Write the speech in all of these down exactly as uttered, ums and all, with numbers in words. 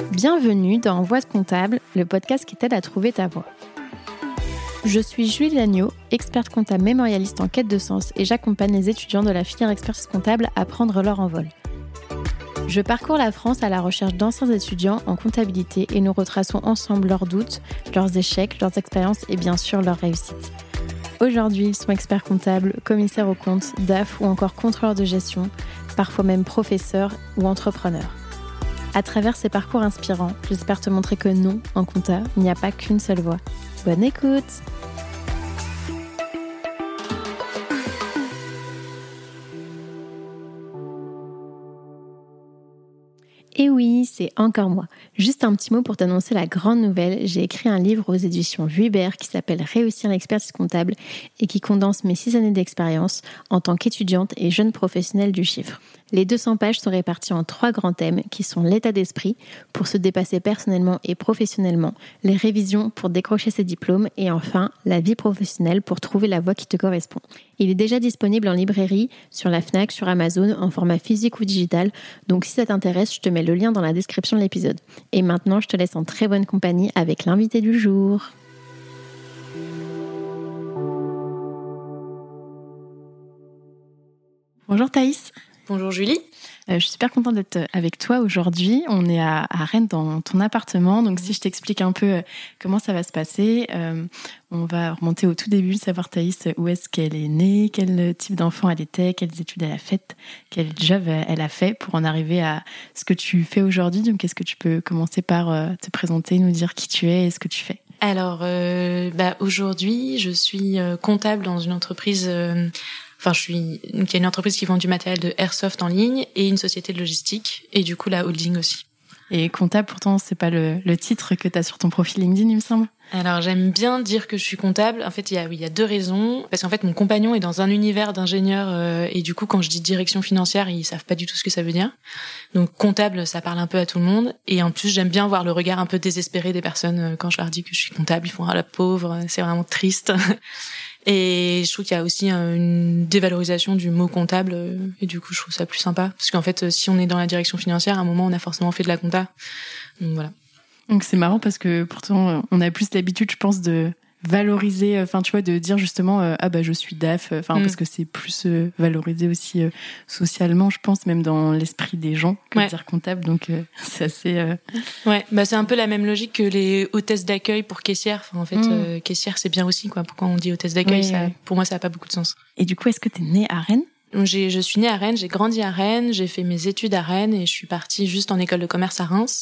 Bienvenue dans Voix de comptable, le podcast qui t'aide à trouver ta voie. Je suis Julie Lagneau, experte comptable mémorialiste en quête de sens et j'accompagne les étudiants de la filière expertise comptable à prendre leur envol. Je parcours la France à la recherche d'anciens étudiants en comptabilité et nous retraçons ensemble leurs doutes, leurs échecs, leurs expériences et bien sûr leurs réussites. Aujourd'hui, ils sont experts comptables, commissaires aux comptes, D A F ou encore contrôleurs de gestion, parfois même professeurs ou entrepreneurs. À travers ces parcours inspirants, j'espère te montrer que non, en compta, il n'y a pas qu'une seule voie. Bonne écoute! Et oui, c'est encore moi. Juste un petit mot pour t'annoncer la grande nouvelle. J'ai écrit un livre aux éditions Vuibert qui s'appelle Réussir l'expertise comptable et qui condense mes six années d'expérience en tant qu'étudiante et jeune professionnelle du chiffre. Les deux cents pages sont réparties en trois grands thèmes qui sont l'état d'esprit pour se dépasser personnellement et professionnellement, les révisions pour décrocher ses diplômes et enfin la vie professionnelle pour trouver la voie qui te correspond. Il est déjà disponible en librairie, sur la Fnac, sur Amazon, en format physique ou digital. Donc si ça t'intéresse, je te mets le lien dans la description de l'épisode. Et maintenant, je te laisse en très bonne compagnie avec l'invité du jour. Bonjour Thaïs. Bonjour Julie. Euh, je suis super contente d'être avec toi aujourd'hui. On est à, à Rennes dans ton appartement. Donc si je t'explique un peu comment ça va se passer, euh, on va remonter au tout début, savoir Thaïs où est-ce qu'elle est née, quel type d'enfant elle était, quelles études elle a faites, quel job elle a fait pour en arriver à ce que tu fais aujourd'hui. Donc est-ce que tu peux commencer par euh, te présenter, nous dire qui tu es et ce que tu fais? Alors euh, bah, aujourd'hui, je suis euh, comptable dans une entreprise... Euh, Enfin, je suis, donc il y a une entreprise qui vend du matériel de airsoft en ligne et une société de logistique et du coup la holding aussi. Et comptable, pourtant, c'est pas le, le titre que tu as sur ton profil LinkedIn, il me semble. Alors, j'aime bien dire que je suis comptable. En fait, il y a, oui, il y a deux raisons. Parce qu'en fait, mon compagnon est dans un univers d'ingénieur euh, et du coup, quand je dis direction financière, ils savent pas du tout ce que ça veut dire. Donc, comptable, ça parle un peu à tout le monde. Et en plus, j'aime bien voir le regard un peu désespéré des personnes quand je leur dis que je suis comptable. Ils font ah la pauvre, c'est vraiment triste. Et je trouve qu'il y a aussi une dévalorisation du mot comptable et du coup je trouve ça plus sympa parce qu'en fait si on est dans la direction financière à un moment on a forcément fait de la compta, donc voilà. Donc c'est marrant parce que pourtant on a plus l'habitude je pense de valoriser, enfin tu vois, de dire justement euh, ah bah je suis D A F, enfin mm. parce que c'est plus euh, valorisé aussi euh, socialement je pense, même dans l'esprit des gens que ouais. de dire comptable, donc euh, c'est assez euh... ouais bah c'est un peu la même logique que les hôtesses d'accueil pour caissière, enfin en fait mm. euh, caissière c'est bien aussi quoi, pourquoi on dit hôtesse d'accueil, oui, ça, ouais. Pour moi ça a pas beaucoup de sens. Et du coup est-ce que t'es née à Rennes? J'ai, je suis née à Rennes, j'ai grandi à Rennes, j'ai fait mes études à Rennes et je suis partie juste en école de commerce à Reims.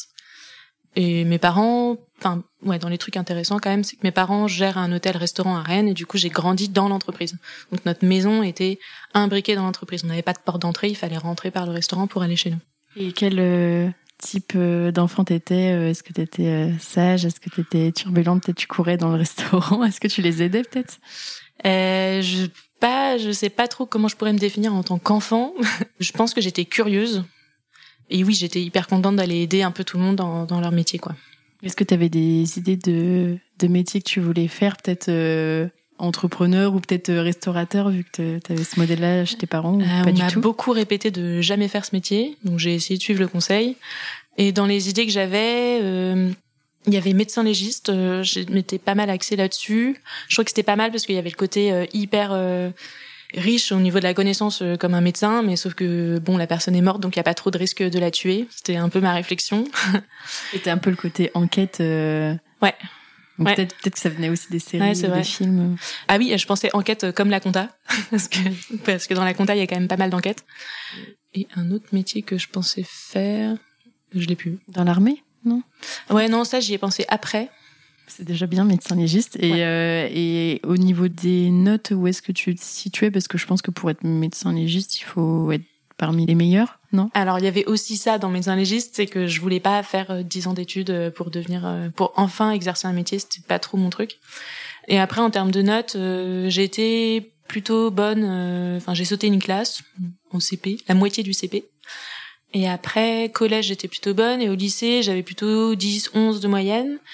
Et mes parents, enfin, ouais, dans les trucs intéressants quand même, c'est que mes parents gèrent un hôtel-restaurant à Rennes et du coup, j'ai grandi dans l'entreprise. Donc, notre maison était imbriquée dans l'entreprise. On n'avait pas de porte d'entrée, il fallait rentrer par le restaurant pour aller chez nous. Et quel euh, type euh, d'enfant t'étais? Est-ce que t'étais euh, sage? Est-ce que t'étais turbulente? Peut-être tu courais dans le restaurant? Est-ce que tu les aidais peut-être? Euh, je pas, je sais pas trop comment je pourrais me définir en tant qu'enfant. Je pense que j'étais curieuse. Et oui, j'étais hyper contente d'aller aider un peu tout le monde dans, dans leur métier, quoi. Est-ce que tu avais des idées de, de métiers que tu voulais faire, peut-être euh, entrepreneur ou peut-être restaurateur, vu que tu avais ce modèle-là chez tes parents ou euh, pas on du m'a tout? Beaucoup répété de jamais faire ce métier, donc j'ai essayé de suivre le conseil. Et dans les idées que j'avais, euh, il y avait médecin légiste, euh, je m'étais pas mal axée là-dessus. Je crois que c'était pas mal parce qu'il y avait le côté euh, hyper... Euh, riche au niveau de la connaissance euh, comme un médecin, mais sauf que bon, la personne est morte, donc il y a pas trop de risque de la tuer. C'était un peu ma réflexion. C'était un peu le côté enquête. Euh... Ouais. Donc ouais. Peut-être, peut-être que ça venait aussi des séries, ouais, c'est ou vrai. Des films. Ah oui, je pensais enquête comme la compta, parce que parce que dans la compta il y a quand même pas mal d'enquêtes. Et un autre métier que je pensais faire, je l'ai plus. Dans l'armée, non? Ouais, non, ça j'y ai pensé après. C'est déjà bien médecin légiste. Et, ouais. euh, et au niveau des notes, où est-ce que tu te situais? Parce que je pense que pour être médecin légiste, il faut être parmi les meilleurs, non? Alors, il y avait aussi ça dans médecin légiste, c'est que je voulais pas faire dix ans d'études pour devenir, pour enfin exercer un métier, c'était pas trop mon truc. Et après, en termes de notes, euh, j'ai été plutôt bonne, enfin, euh, j'ai sauté une classe au C P, la moitié du C P. Et après, collège, j'étais plutôt bonne, et au lycée, j'avais plutôt dix, onze de moyenne.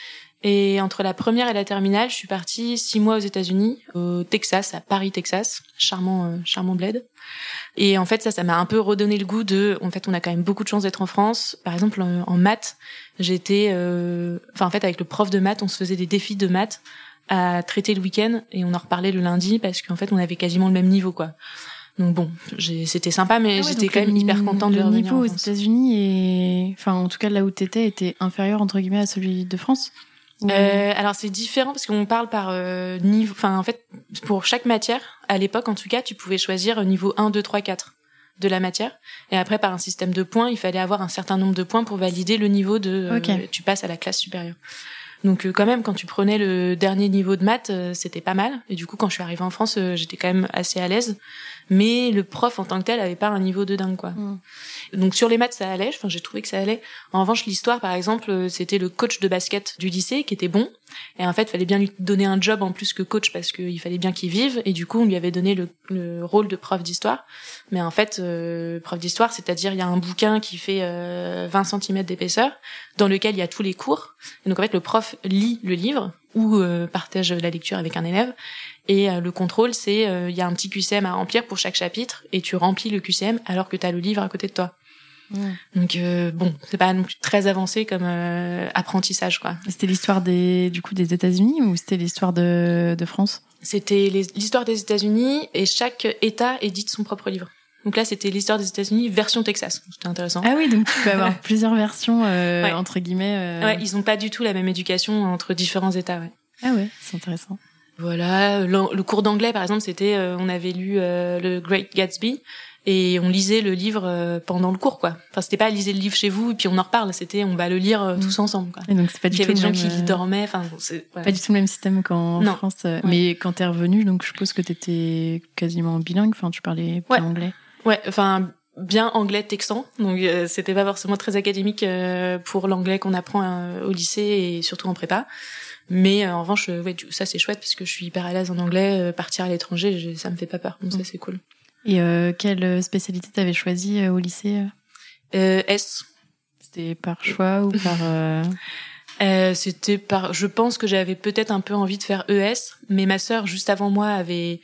Et entre la première et la terminale, je suis partie six mois aux États-Unis, au Texas, à Paris, Texas, charmant, euh, charmant bled. Et en fait, ça, ça m'a un peu redonné le goût de. En fait, on a quand même beaucoup de chance d'être en France. Par exemple, en, en maths, j'étais. Euh... Enfin, en fait, avec le prof de maths, on se faisait des défis de maths à traiter le week-end, et on en reparlait le lundi parce qu'en fait, on avait quasiment le même niveau, quoi. Donc bon, j'ai... c'était sympa, mais ah ouais, j'étais quand même hyper contente de revenir en France. Le niveau aux États-Unis, et enfin, en tout cas là où t'étais, était inférieur entre guillemets à celui de France. Euh, alors c'est différent parce qu'on parle par euh, niveau. Enfin en fait pour chaque matière à l'époque en tout cas tu pouvais choisir niveau un, deux, trois, quatre de la matière et après par un système de points il fallait avoir un certain nombre de points pour valider le niveau de. Okay. Euh, tu passes à la classe supérieure. Donc euh, quand même quand tu prenais le dernier niveau de maths euh, c'était pas mal et du coup quand je suis arrivée en France euh, j'étais quand même assez à l'aise. Mais le prof en tant que tel avait pas un niveau de dingue quoi. Mm. Donc sur les maths ça allait, enfin j'ai trouvé que ça allait. En revanche l'histoire par exemple c'était le coach de basket du lycée qui était bon et en fait il fallait bien lui donner un job en plus que coach parce qu'il fallait bien qu'il vive et du coup on lui avait donné le, le rôle de prof d'histoire. Mais en fait euh, prof d'histoire c'est-à-dire il y a un bouquin qui fait euh, vingt centimètres d'épaisseur dans lequel il y a tous les cours et donc en fait le prof lit le livre ou euh, partage la lecture avec un élève. Et euh, le contrôle, c'est il euh, y a un petit Q C M à remplir pour chaque chapitre et tu remplis le Q C M alors que tu as le livre à côté de toi. Mmh. Donc euh, bon, c'est pas non plus très avancé comme euh, apprentissage quoi. C'était l'histoire des du coup des États-Unis ou c'était l'histoire de de France ? C'était les, l'histoire des États-Unis et chaque État édite son propre livre. Donc là, c'était l'histoire des États-Unis version Texas. C'était intéressant. Ah oui, donc tu peux avoir plusieurs versions euh, ouais. entre guillemets. Euh... Ouais, ils ont pas du tout la même éducation entre différents États. Ouais. Ah ouais, c'est intéressant. Voilà, le, le cours d'anglais par exemple, c'était euh, on avait lu euh, le Great Gatsby et on lisait le livre euh, pendant le cours quoi. Enfin c'était pas lisez le livre chez vous et puis on en reparle, c'était on va le lire euh, mmh. tous ensemble quoi. Et donc c'est pas du il y tout avait des gens même, qui euh... dormaient, enfin c'est voilà. Pas du tout le même système qu'en non. France. Euh, ouais. Mais quand t'es revenu, donc je suppose que t'étais quasiment bilingue, enfin tu parlais bien ouais. anglais. Ouais, enfin bien anglais texan, donc euh, c'était pas forcément très académique euh, pour l'anglais qu'on apprend euh, au lycée et surtout en prépa. Mais euh, en revanche, euh, ouais, ça c'est chouette parce que je suis hyper à l'aise en anglais. Euh, partir à l'étranger, je, ça me fait pas peur. Donc mmh. ça c'est cool. Et euh, quelle spécialité t'avais choisie euh, au lycée euh, S. C'était par choix ou par euh... euh, C'était par. Je pense que j'avais peut-être un peu envie de faire E S, mais ma sœur juste avant moi avait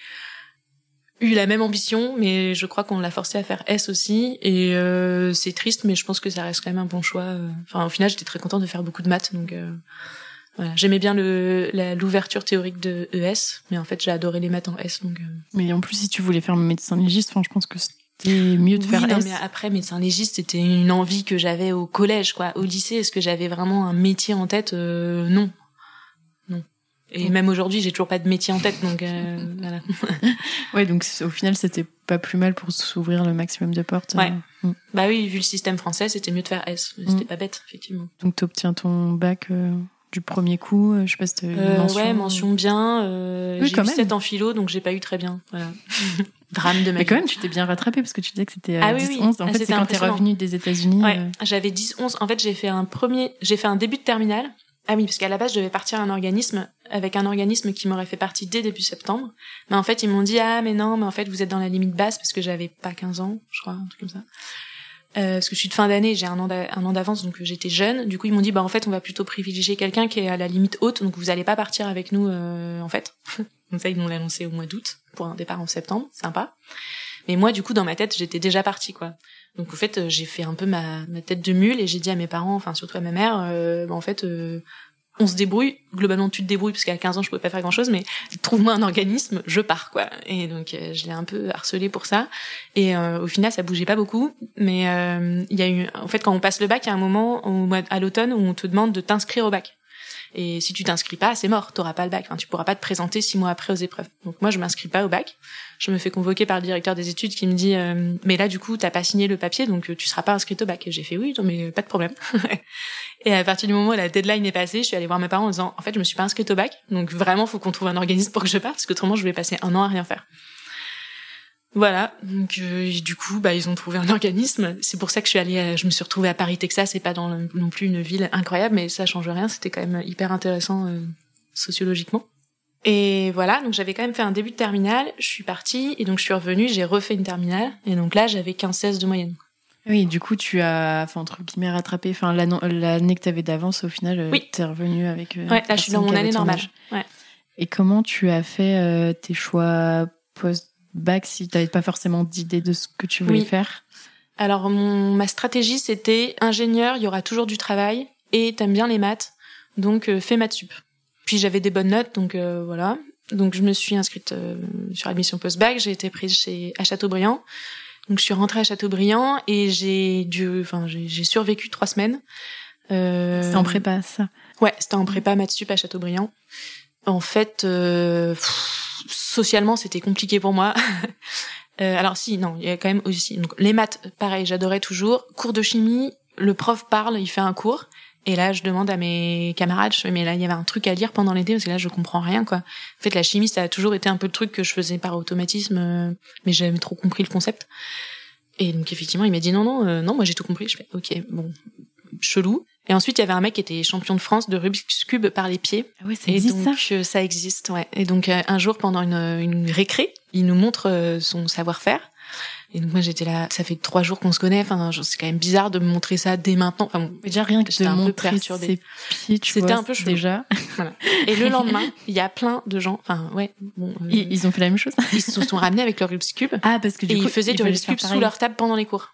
eu la même ambition, mais je crois qu'on l'a forcée à faire S aussi. Et euh, c'est triste, mais je pense que ça reste quand même un bon choix. Enfin, au final, j'étais très contente de faire beaucoup de maths, donc. Euh... Voilà, j'aimais bien le, la, l'ouverture théorique de E S, mais en fait, j'ai adoré les maths en S. Donc, euh... Mais en plus, si tu voulais faire médecin légiste, enfin, je pense que c'était mieux de oui, faire non, S. Mais après, médecin légiste, c'était une envie que j'avais au collège, quoi. Au lycée, est-ce que j'avais vraiment un métier en tête ? euh, Non. Non. Et mmh. même aujourd'hui, j'ai toujours pas de métier en tête, donc euh, voilà. Ouais, donc au final, c'était pas plus mal pour s'ouvrir le maximum de portes. Ouais. Euh... Mmh. Bah oui, vu le système français, c'était mieux de faire S. C'était mmh. pas bête, effectivement. Donc, t'obtiens ton bac... Euh... Du premier coup, je sais pas si t'as eu une euh, mention. Ouais, mention bien. Euh, oui, j'ai eu même. sept en philo, donc j'ai pas eu très bien. Voilà. Drame de ma vie. Mais quand même, tu t'es bien rattrapée parce que tu disais que c'était ah, dix oui, oui. onze. En ah, fait, c'est quand t'es revenue des États-Unis. Ouais, euh... j'avais dix onze. En fait, j'ai fait un premier, j'ai fait un début de terminale. Ah oui, parce qu'à la base, je devais partir à un organisme, avec un organisme qui m'aurait fait partie dès début septembre. Mais en fait, ils m'ont dit, ah, mais non, mais en fait, vous êtes dans la limite basse parce que j'avais pas quinze ans, je crois, un truc comme ça. Euh, parce que je suis de fin d'année, j'ai un an, d'a- un an d'avance, donc j'étais jeune. Du coup, ils m'ont dit, bah en fait, on va plutôt privilégier quelqu'un qui est à la limite haute, donc vous allez pas partir avec nous, euh, en fait. Donc ça, ils m'ont annoncé au mois d'août pour un départ en septembre, sympa. Mais moi, du coup, dans ma tête, j'étais déjà partie, quoi. Donc en fait, j'ai fait un peu ma, ma tête de mule et j'ai dit à mes parents, enfin surtout à ma mère, euh, bah en fait. Euh, on se débrouille, globalement tu te débrouilles parce qu'à quinze ans je pouvais pas faire grand chose, mais trouve-moi un organisme, je pars quoi. Et donc euh, je l'ai un peu harcelé pour ça. Et euh, au final ça bougeait pas beaucoup, mais il euh, y a eu, en fait quand on passe le bac, il y a un moment au mois, à l'automne où on te demande de t'inscrire au bac. Et si tu t'inscris pas, c'est mort, t'auras pas le bac. Enfin, tu pourras pas te présenter six mois après aux épreuves. Donc moi, je m'inscris pas au bac. Je me fais convoquer par le directeur des études qui me dit euh, mais là du coup t'as pas signé le papier, donc tu seras pas inscrite au bac. Et j'ai fait oui, non, mais pas de problème. Et à partir du moment où la deadline est passée, je suis allée voir mes parents en disant en fait je me suis pas inscrite au bac, donc vraiment faut qu'on trouve un organisme pour que je parte parce qu'autrement je vais passer un an à rien faire. Voilà, donc euh, du coup, bah ils ont trouvé un organisme. C'est pour ça que je suis allée, à, je me suis retrouvée à Paris, Texas, et pas dans le, non plus une ville incroyable, mais ça change rien. C'était quand même hyper intéressant euh, sociologiquement. Et voilà, donc j'avais quand même fait un début de terminale. Je suis partie et donc je suis revenue, j'ai refait une terminale et donc là j'avais quinze seize de moyenne. Oui, du coup, tu as, enfin, entre guillemets, rattrapé, enfin, l'année, l'année que tu avais d'avance, au final, oui. tu es revenue avec. Euh, ouais, là, je suis dans mon année normale. Ouais. Et comment tu as fait euh, tes choix post-bac si tu n'avais pas forcément d'idée de ce que tu voulais oui. faire? Alors, mon, ma stratégie, c'était ingénieur, il y aura toujours du travail et t'aimes bien les maths, donc euh, fais maths sup. Puis j'avais des bonnes notes, donc euh, voilà. Donc je me suis inscrite euh, sur admission post-bac, j'ai été prise chez à Chateaubriand. Donc je suis rentrée à Chateaubriand et j'ai dû, enfin j'ai, j'ai survécu trois semaines. Euh... C'était en prépa, ça? Ouais, c'était en prépa maths sup à Chateaubriand. En fait, euh, pff, socialement, c'était compliqué pour moi. euh, alors si, non, il y a quand même aussi donc les maths, pareil, j'adorais toujours. Cours de chimie, le prof parle, il fait un cours, et là je demande à mes camarades, je fais, mais là il y avait un truc à lire pendant l'été parce que là je comprends rien quoi. En fait, la chimie, ça a toujours été un peu le truc que je faisais par automatisme, euh, mais j'avais trop compris le concept. Et donc effectivement, il m'a dit non, non, euh, non, moi j'ai tout compris. Je fais ok, bon, chelou. Et ensuite, il y avait un mec qui était champion de France de Rubik's Cube par les pieds. Ah ouais, ça existe, et donc, ça euh, ça existe, ouais. Et donc, euh, un jour, pendant une, une récré, il nous montre euh, son savoir-faire. Et donc, moi, j'étais là, ça fait trois jours qu'on se connaît. Enfin, c'est quand même bizarre de me montrer ça dès maintenant. Enfin, bon, déjà, rien que de montrer ses pieds, tu C'était vois, un peu chelou. Déjà. Voilà. Et le lendemain, il y a plein de gens, enfin, ouais. Bon, euh, ils, ils ont fait la même chose. Ils se sont ramenés avec leur Rubik's Cube. Ah, parce que du et coup, ils faisaient du Rubik's Cube sous leur table pendant les cours.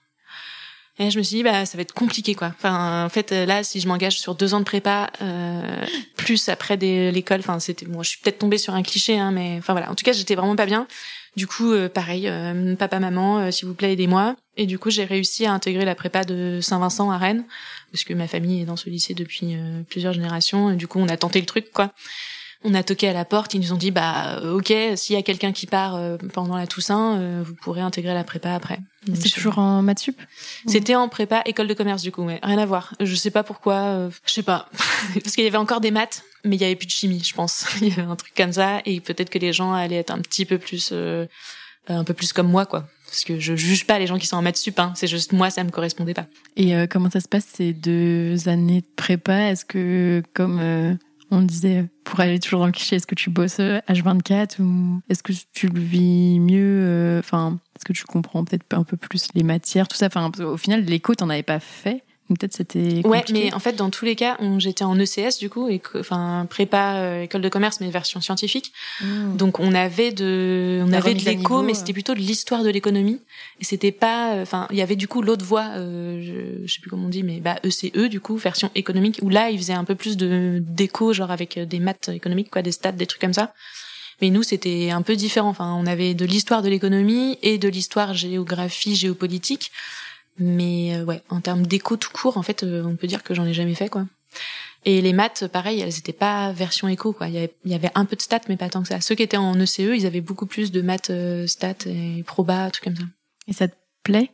Et je me suis dit, bah, ça va être compliqué, quoi. Enfin, en fait, là, si je m'engage sur deux ans de prépa, euh, plus après des, l'école, enfin, c'était, bon, je suis peut-être tombée sur un cliché, hein, mais, enfin, voilà. En tout cas, j'étais vraiment pas bien. Du coup, euh, pareil, euh, papa, maman, euh, s'il vous plaît, aidez-moi. Et du coup, j'ai réussi à intégrer la prépa de Saint-Vincent à Rennes, parce que ma famille est dans ce lycée depuis euh, plusieurs générations. Et du coup, on a tenté le truc, quoi. On a toqué à la porte, ils nous ont dit bah ok, s'il y a quelqu'un qui part euh, pendant la Toussaint, euh, vous pourrez intégrer la prépa après. Donc, c'est toujours en maths sup? C'était en prépa école de commerce du coup, ouais, rien à voir. Je sais pas pourquoi, euh, je sais pas, parce qu'il y avait encore des maths, mais il y avait plus de chimie, je pense. Il y avait un truc comme ça et peut-être que les gens allaient être un petit peu plus, euh, un peu plus comme moi quoi. Parce que je juge pas les gens qui sont en maths sup, hein. C'est juste moi, ça me correspondait pas. Et euh, comment ça se passe ces deux années de prépa? Est-ce que comme euh... on disait, pour aller toujours dans le cliché, est-ce que tu bosses H vingt-quatre ou est-ce que tu le vis mieux? Enfin, est-ce que tu comprends peut-être un peu plus les matières, tout ça? Enfin, au final, l'éco, t'en avais pas fait. Peut-être c'était compliqué. Ouais, mais en fait, dans tous les cas, on, j'étais en E C S du coup, et enfin prépa euh, école de commerce, mais version scientifique. Mmh. Donc on avait de, on La avait de l'éco, mais c'était plutôt de l'histoire de l'économie. Et c'était pas, enfin, il y avait du coup l'autre voie, euh, je, je sais plus comment on dit, mais bah E C E du coup, version économique, où là ils faisaient un peu plus de d'éco, genre avec des maths économiques, quoi, des stats, des trucs comme ça. Mais nous, c'était un peu différent. Enfin, on avait de l'histoire de l'économie et de l'histoire géographie, géopolitique. Mais euh, ouais, en termes d'éco tout court, en fait, euh, on peut dire que j'en ai jamais fait, quoi. Et les maths, pareil, elles étaient pas version éco, quoi. Il y avait, il y avait un peu de stats, mais pas tant que ça. Ceux qui étaient en E C E, ils avaient beaucoup plus de maths, euh, stats et proba, trucs comme ça. Et ça te plaît?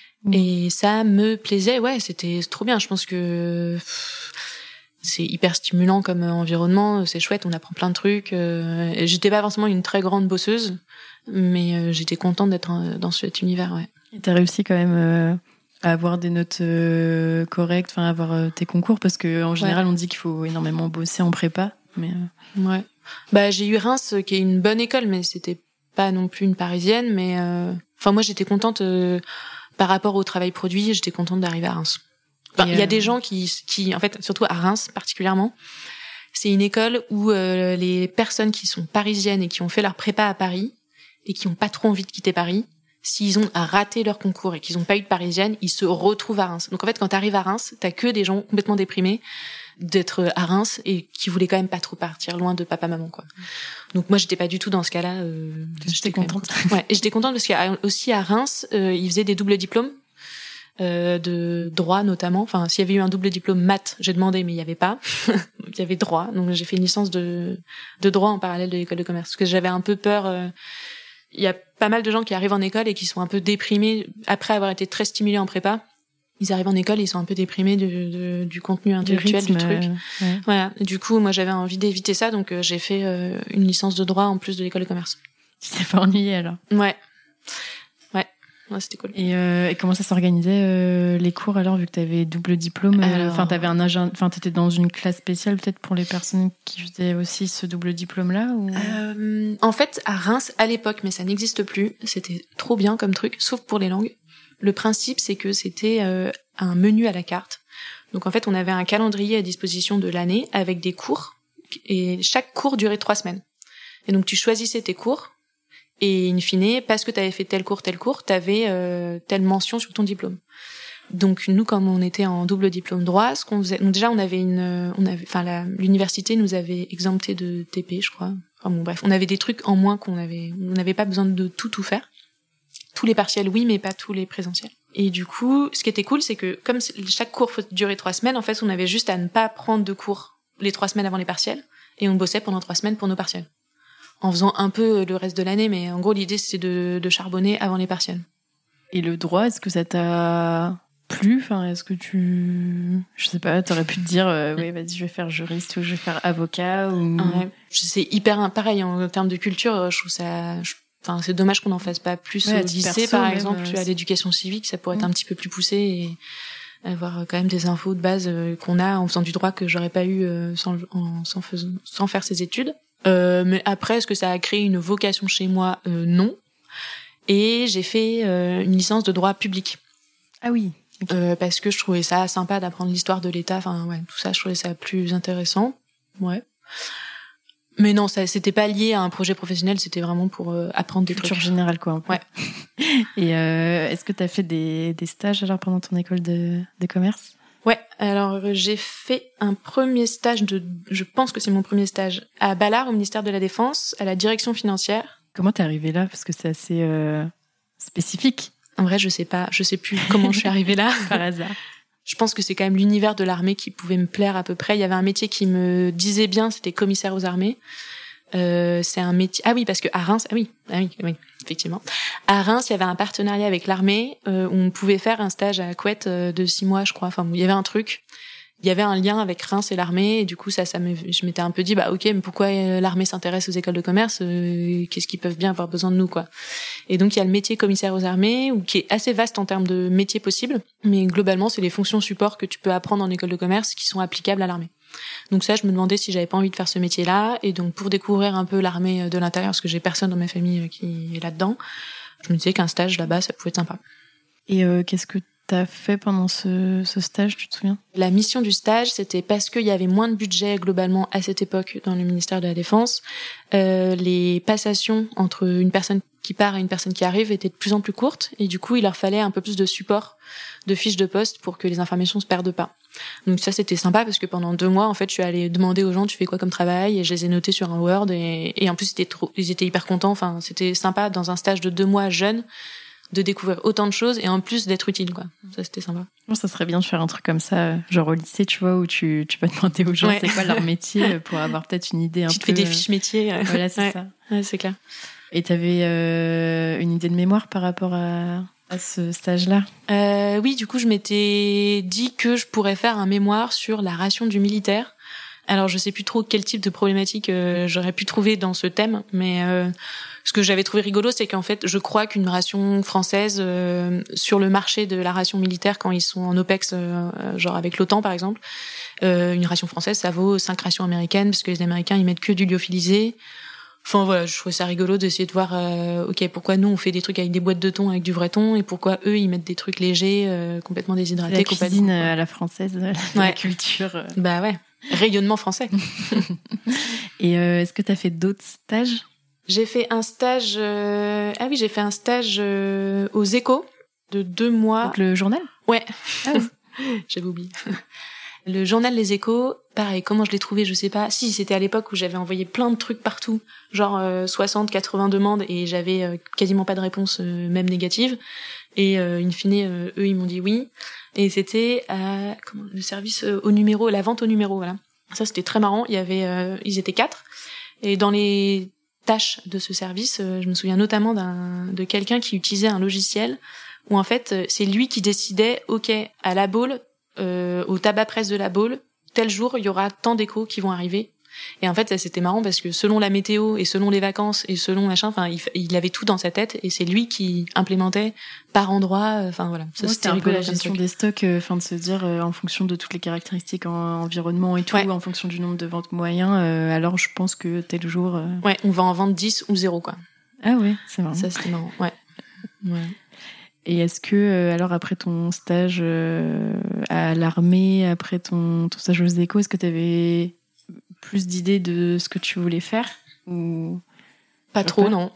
Et ça me plaisait, ouais, c'était trop bien. Je pense que pff, c'est hyper stimulant comme environnement, c'est chouette, on apprend plein de trucs. Euh, et j'étais pas forcément une très grande bosseuse, mais euh, j'étais contente d'être dans cet univers, ouais. Et t'as réussi quand même euh, à avoir des notes euh, correctes, enfin avoir euh, tes concours, parce que en général ouais. on dit qu'il faut énormément bosser en prépa, mais euh... ouais. Bah j'ai eu Reims qui est une bonne école, mais c'était pas non plus une parisienne, mais euh... enfin moi j'étais contente euh, par rapport au travail produit, j'étais contente d'arriver à Reims. Enfin il euh... y a des gens qui qui en fait surtout à Reims particulièrement, c'est une école où euh, les personnes qui sont parisiennes et qui ont fait leur prépa à Paris et qui ont pas trop envie de quitter Paris, s'ils ont raté leur concours et qu'ils n'ont pas eu de parisienne, ils se retrouvent à Reims. Donc en fait, quand t'arrives à Reims, t'as que des gens complètement déprimés d'être à Reims et qui voulaient quand même pas trop partir loin de papa maman, quoi. Donc moi, j'étais pas du tout dans ce cas-là. Euh, j'étais contente. Ouais, et j'étais contente parce qu'aussi à Reims, euh, ils faisaient des doubles diplômes euh, de droit notamment. Enfin, s'il y avait eu un double diplôme maths, j'ai demandé, mais il y avait pas. Il y avait droit. Donc j'ai fait une licence de de droit en parallèle de l'école de commerce parce que j'avais un peu peur. Euh, Il y a pas mal de gens qui arrivent en école et qui sont un peu déprimés après avoir été très stimulés en prépa. Ils arrivent en école et ils sont un peu déprimés du, du, du contenu intellectuel du, rythme, du truc. Euh, ouais. Voilà. Et du coup, moi, j'avais envie d'éviter ça, donc euh, j'ai fait euh, une licence de droit en plus de l'école de commerce. Tu t'es pas ennuyée alors? Ouais. Ouais. Ouais, c'était cool. Et, euh, et comment ça s'organisait euh, les cours alors, vu que t'avais double diplôme? Enfin, euh, t'avais un agent. Enfin, t'étais dans une classe spéciale peut-être pour les personnes qui faisaient aussi ce double diplôme-là ou... euh, En fait, à Reims, à l'époque, mais ça n'existe plus. C'était trop bien comme truc, sauf pour les langues. Le principe, c'est que c'était euh, un menu à la carte. Donc en fait, on avait un calendrier à disposition de l'année avec des cours, et chaque cours durait trois semaines. Et donc tu choisissais tes cours, et in fine, parce que tu avais fait tel cours, tel cours, tu avais euh, telle mention sur ton diplôme. Donc nous, comme on était en double diplôme droit, ce qu'on faisait, donc déjà on avait une, on avait, enfin la, l'université nous avait exempté de T P, je crois. Enfin bon, bref, on avait des trucs en moins qu'on avait, on n'avait pas besoin de tout tout faire. Tous les partiels, oui, mais pas tous les présentiels. Et du coup, ce qui était cool, c'est que comme chaque cours durait trois semaines, en fait, on avait juste à ne pas prendre de cours les trois semaines avant les partiels, et on bossait pendant trois semaines pour nos partiels, en faisant un peu le reste de l'année, mais en gros, l'idée c'était de, de charbonner avant les partiels. Et le droit, est-ce que ça t'a plu? Enfin, est-ce que tu, je sais pas, t'aurais pu te dire, euh, oui, vas-y, je vais faire juriste ou je vais faire avocat ou. Ouais, c'est hyper pareil en, en termes de culture. Je trouve ça, je, enfin, c'est dommage qu'on n'en fasse pas plus ouais, au lycée, perso, par exemple. Même, tu as l'éducation civique, ça pourrait être mmh. un petit peu plus poussé et avoir quand même des infos de base euh, qu'on a en faisant du droit que j'aurais pas eu euh, sans, en, sans, faisant, sans faire ces études. Euh, mais après, est-ce que ça a créé une vocation chez moi? euh, Non. Et j'ai fait euh, une licence de droit public. Ah oui. Okay. Euh, parce que je trouvais ça sympa d'apprendre l'histoire de l'État. Enfin, ouais, tout ça, je trouvais ça plus intéressant. Ouais. Mais non, ça, c'était pas lié à un projet professionnel. C'était vraiment pour euh, apprendre des culture trucs. générale, quoi. Un peu. Ouais. Et euh, est-ce que t'as fait des, des stages alors pendant ton école de, de commerce? Ouais. Alors, j'ai fait un premier stage de, je pense que c'est mon premier stage à Ballard, au ministère de la Défense, à la direction financière. Comment t'es arrivée là? Parce que c'est assez euh, spécifique. En vrai, je sais pas, je sais plus comment je suis arrivée là. Par hasard. Je pense que c'est quand même l'univers de l'armée qui pouvait me plaire à peu près. Il y avait un métier qui me disait bien, c'était commissaire aux armées. Euh, c'est un métier. Ah oui, parce que à Reims, ah oui, ah oui, oui, effectivement. À Reims, il y avait un partenariat avec l'armée euh, où on pouvait faire un stage à Couette euh, de six mois, je crois. Enfin, il y avait un truc. Il y avait un lien avec Reims et l'armée, et du coup, ça, ça me, je m'étais un peu dit, bah ok, mais pourquoi euh, l'armée s'intéresse aux écoles de commerce euh, Qu'est-ce qu'ils peuvent bien avoir besoin de nous, quoi. Et donc, il y a le métier commissaire aux armées, ou qui est assez vaste en termes de métiers possibles, mais globalement, c'est les fonctions support que tu peux apprendre en école de commerce qui sont applicables à l'armée. Donc ça, je me demandais si j'avais pas envie de faire ce métier-là, et donc pour découvrir un peu l'armée de l'intérieur, parce que j'ai personne dans ma famille qui est là-dedans, je me disais qu'un stage là-bas, ça pouvait être sympa. Et euh, qu'est-ce que t'as fait pendant ce, ce stage, tu te souviens? La mission du stage, c'était parce qu'il y avait moins de budget globalement à cette époque dans le ministère de la Défense. Euh, les passations entre une personne qui part et une personne qui arrive étaient de plus en plus courtes, et du coup, il leur fallait un peu plus de support, de fiches de poste pour que les informations se perdent pas. Donc ça, c'était sympa parce que pendant deux mois, en fait, je suis allée demander aux gens, tu fais quoi comme travail, et je les ai notés sur un Word, et, et en plus, c'était trop, ils étaient hyper contents. Enfin, c'était sympa dans un stage de deux mois jeune de découvrir autant de choses et en plus d'être utile, quoi. Ça, c'était sympa. Bon, ça serait bien de faire un truc comme ça, genre au lycée, tu vois, où tu, tu peux demander aux gens ouais. c'est quoi leur métier pour avoir peut-être une idée un tu peu... Tu te fais des fiches métiers. Euh... Voilà, c'est ouais. ça. Ouais, c'est clair. Et t'avais euh, une idée de mémoire par rapport à, à ce stage-là? euh, Oui, du coup, je m'étais dit que je pourrais faire un mémoire sur la ration du militaire. Alors, je sais plus trop quel type de problématique euh, j'aurais pu trouver dans ce thème, mais euh, ce que j'avais trouvé rigolo, c'est qu'en fait, je crois qu'une ration française euh, sur le marché de la ration militaire, quand ils sont en OPEX, euh, genre avec l'OTAN par exemple, euh, une ration française, ça vaut cinq rations américaines, parce que les Américains, ils mettent que du lyophilisé. Enfin voilà, je trouvais ça rigolo d'essayer de voir, euh, ok, pourquoi nous on fait des trucs avec des boîtes de thon avec du vrai thon, et pourquoi eux ils mettent des trucs légers, euh, complètement déshydratés. La cuisine à la française, la ouais. culture. Euh... Bah ouais, rayonnement français. Et euh, est-ce que t'as fait d'autres stages? J'ai fait un stage, euh... ah oui, j'ai fait un stage euh, aux Échos de deux mois. Donc le journal? Ouais. Ah oui. J'avais oublié. Le journal Les Échos, pareil, comment je l'ai trouvé, je sais pas. Si, c'était à l'époque où j'avais envoyé plein de trucs partout, genre euh, soixante, quatre-vingts demandes, et j'avais euh, quasiment pas de réponse, euh, même négative. Et euh, in fine, euh, eux, ils m'ont dit oui. Et c'était à, comment, le service euh, au numéro, la vente au numéro, voilà. Ça, c'était très marrant. Il y avait, euh, ils étaient quatre. Et dans les tâches de ce service, euh, je me souviens notamment d'un, de quelqu'un qui utilisait un logiciel où en fait, euh, c'est lui qui décidait, ok, à la Baule, Euh, au tabac presse de la Baule, tel jour il y aura tant d'échos qui vont arriver. Et en fait ça c'était marrant parce que selon la météo et selon les vacances et selon machin, enfin il, il avait tout dans sa tête et c'est lui qui implémentait par endroit. Enfin voilà, ça ouais, c'était un rigolo. peu la gestion des stocks, enfin euh, de se dire euh, en fonction de toutes les caractéristiques en environnement et tout, ouais. en fonction du nombre de ventes moyens. Euh, alors je pense que tel jour. Euh... Ouais, on va en vendre dix ou zéro quoi. Ah ouais, c'est marrant. Ça c'était marrant. Ouais. ouais. Et est-ce que, euh, alors après ton stage euh, à l'armée, après ton, ton stage aux échos, est-ce que tu avais plus d'idées de ce que tu voulais faire ou Pas trop, pas non.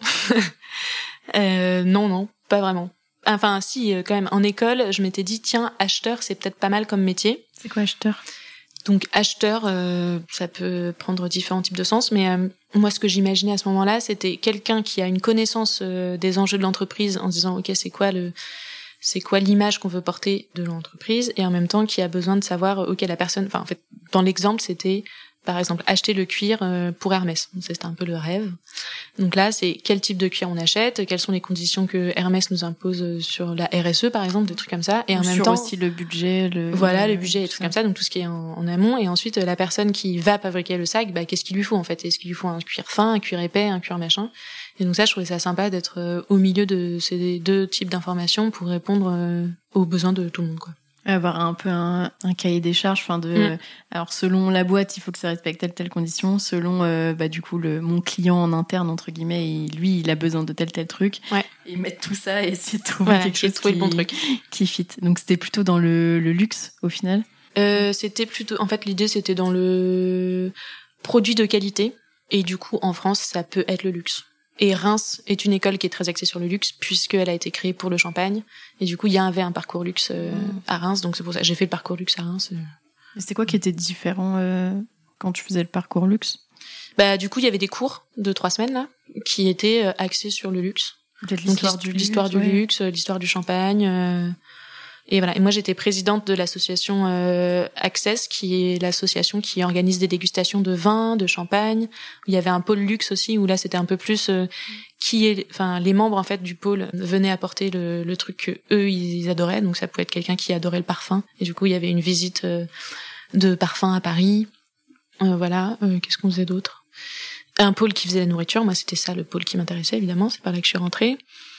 euh, non, non, pas vraiment. Enfin, si, quand même. En école, je m'étais dit, tiens, acheteur, c'est peut-être pas mal comme métier. C'est quoi acheteur ? Donc acheteur, euh, ça peut prendre différents types de sens, mais euh, moi ce que j'imaginais à ce moment-là, c'était quelqu'un qui a une connaissance euh, des enjeux de l'entreprise en se disant ok c'est quoi le, c'est quoi l'image qu'on veut porter de l'entreprise, et en même temps qui a besoin de savoir ok la personne, enfin en fait dans l'exemple c'était par exemple acheter le cuir euh, pour Hermès, donc c'était un peu le rêve. Donc là c'est quel type de cuir on achète, quelles sont les conditions que Hermès nous impose sur la R S E par exemple, des trucs comme ça, et Ou en même sur temps aussi le budget, le voilà le budget et tout trucs comme ça, donc tout ce qui est en, en amont, et ensuite la personne qui va fabriquer le sac, bah qu'est-ce qu'il lui faut en fait, est-ce qu'il lui faut un cuir fin, un cuir épais, un cuir machin, et donc ça je trouvais ça sympa d'être euh, au milieu de ces deux types d'informations pour répondre euh, aux besoins de tout le monde quoi. Avoir un peu un, un cahier des charges, enfin de, Mm. alors selon la boîte, il faut que ça respecte telle telle condition. Selon, euh, bah du coup le mon client en interne entre guillemets, il, lui, il a besoin de tel tel truc. Ouais. Et mettre tout ça et essayer de trouver Voilà, quelque chose trouver qui, le bon truc. qui fit. Donc c'était plutôt dans le, le luxe au final. Euh, c'était plutôt, en fait l'idée c'était dans le produit de qualité, et du coup en France ça peut être le luxe. Et Reims est une école qui est très axée sur le luxe puisqu'elle a été créée pour le champagne, et du coup il y avait un parcours luxe euh, mmh. à Reims, donc c'est pour ça que j'ai fait le parcours luxe à Reims. Euh. C'est quoi qui était différent euh, quand tu faisais le parcours luxe ? Bah du coup il y avait des cours de trois semaines là qui étaient euh, axés sur le luxe. Peut-être l'histoire donc du l'histoire luxe, du ouais. luxe, l'histoire du champagne. Euh... Et voilà. Et moi, j'étais présidente de l'association euh, Access, qui est l'association qui organise des dégustations de vin, de champagne. Il y avait un pôle luxe aussi, où là, c'était un peu plus euh, qui est, enfin, les membres en fait du pôle venaient apporter le, le truc que eux ils adoraient. Donc ça pouvait être quelqu'un qui adorait le parfum. Et du coup, il y avait une visite euh, de parfum à Paris. Euh, voilà. Euh, qu'est-ce qu'on faisait d'autre ? Un pôle qui faisait la nourriture. Moi, c'était ça le pôle qui m'intéressait évidemment. C'est par là que je suis rentrée.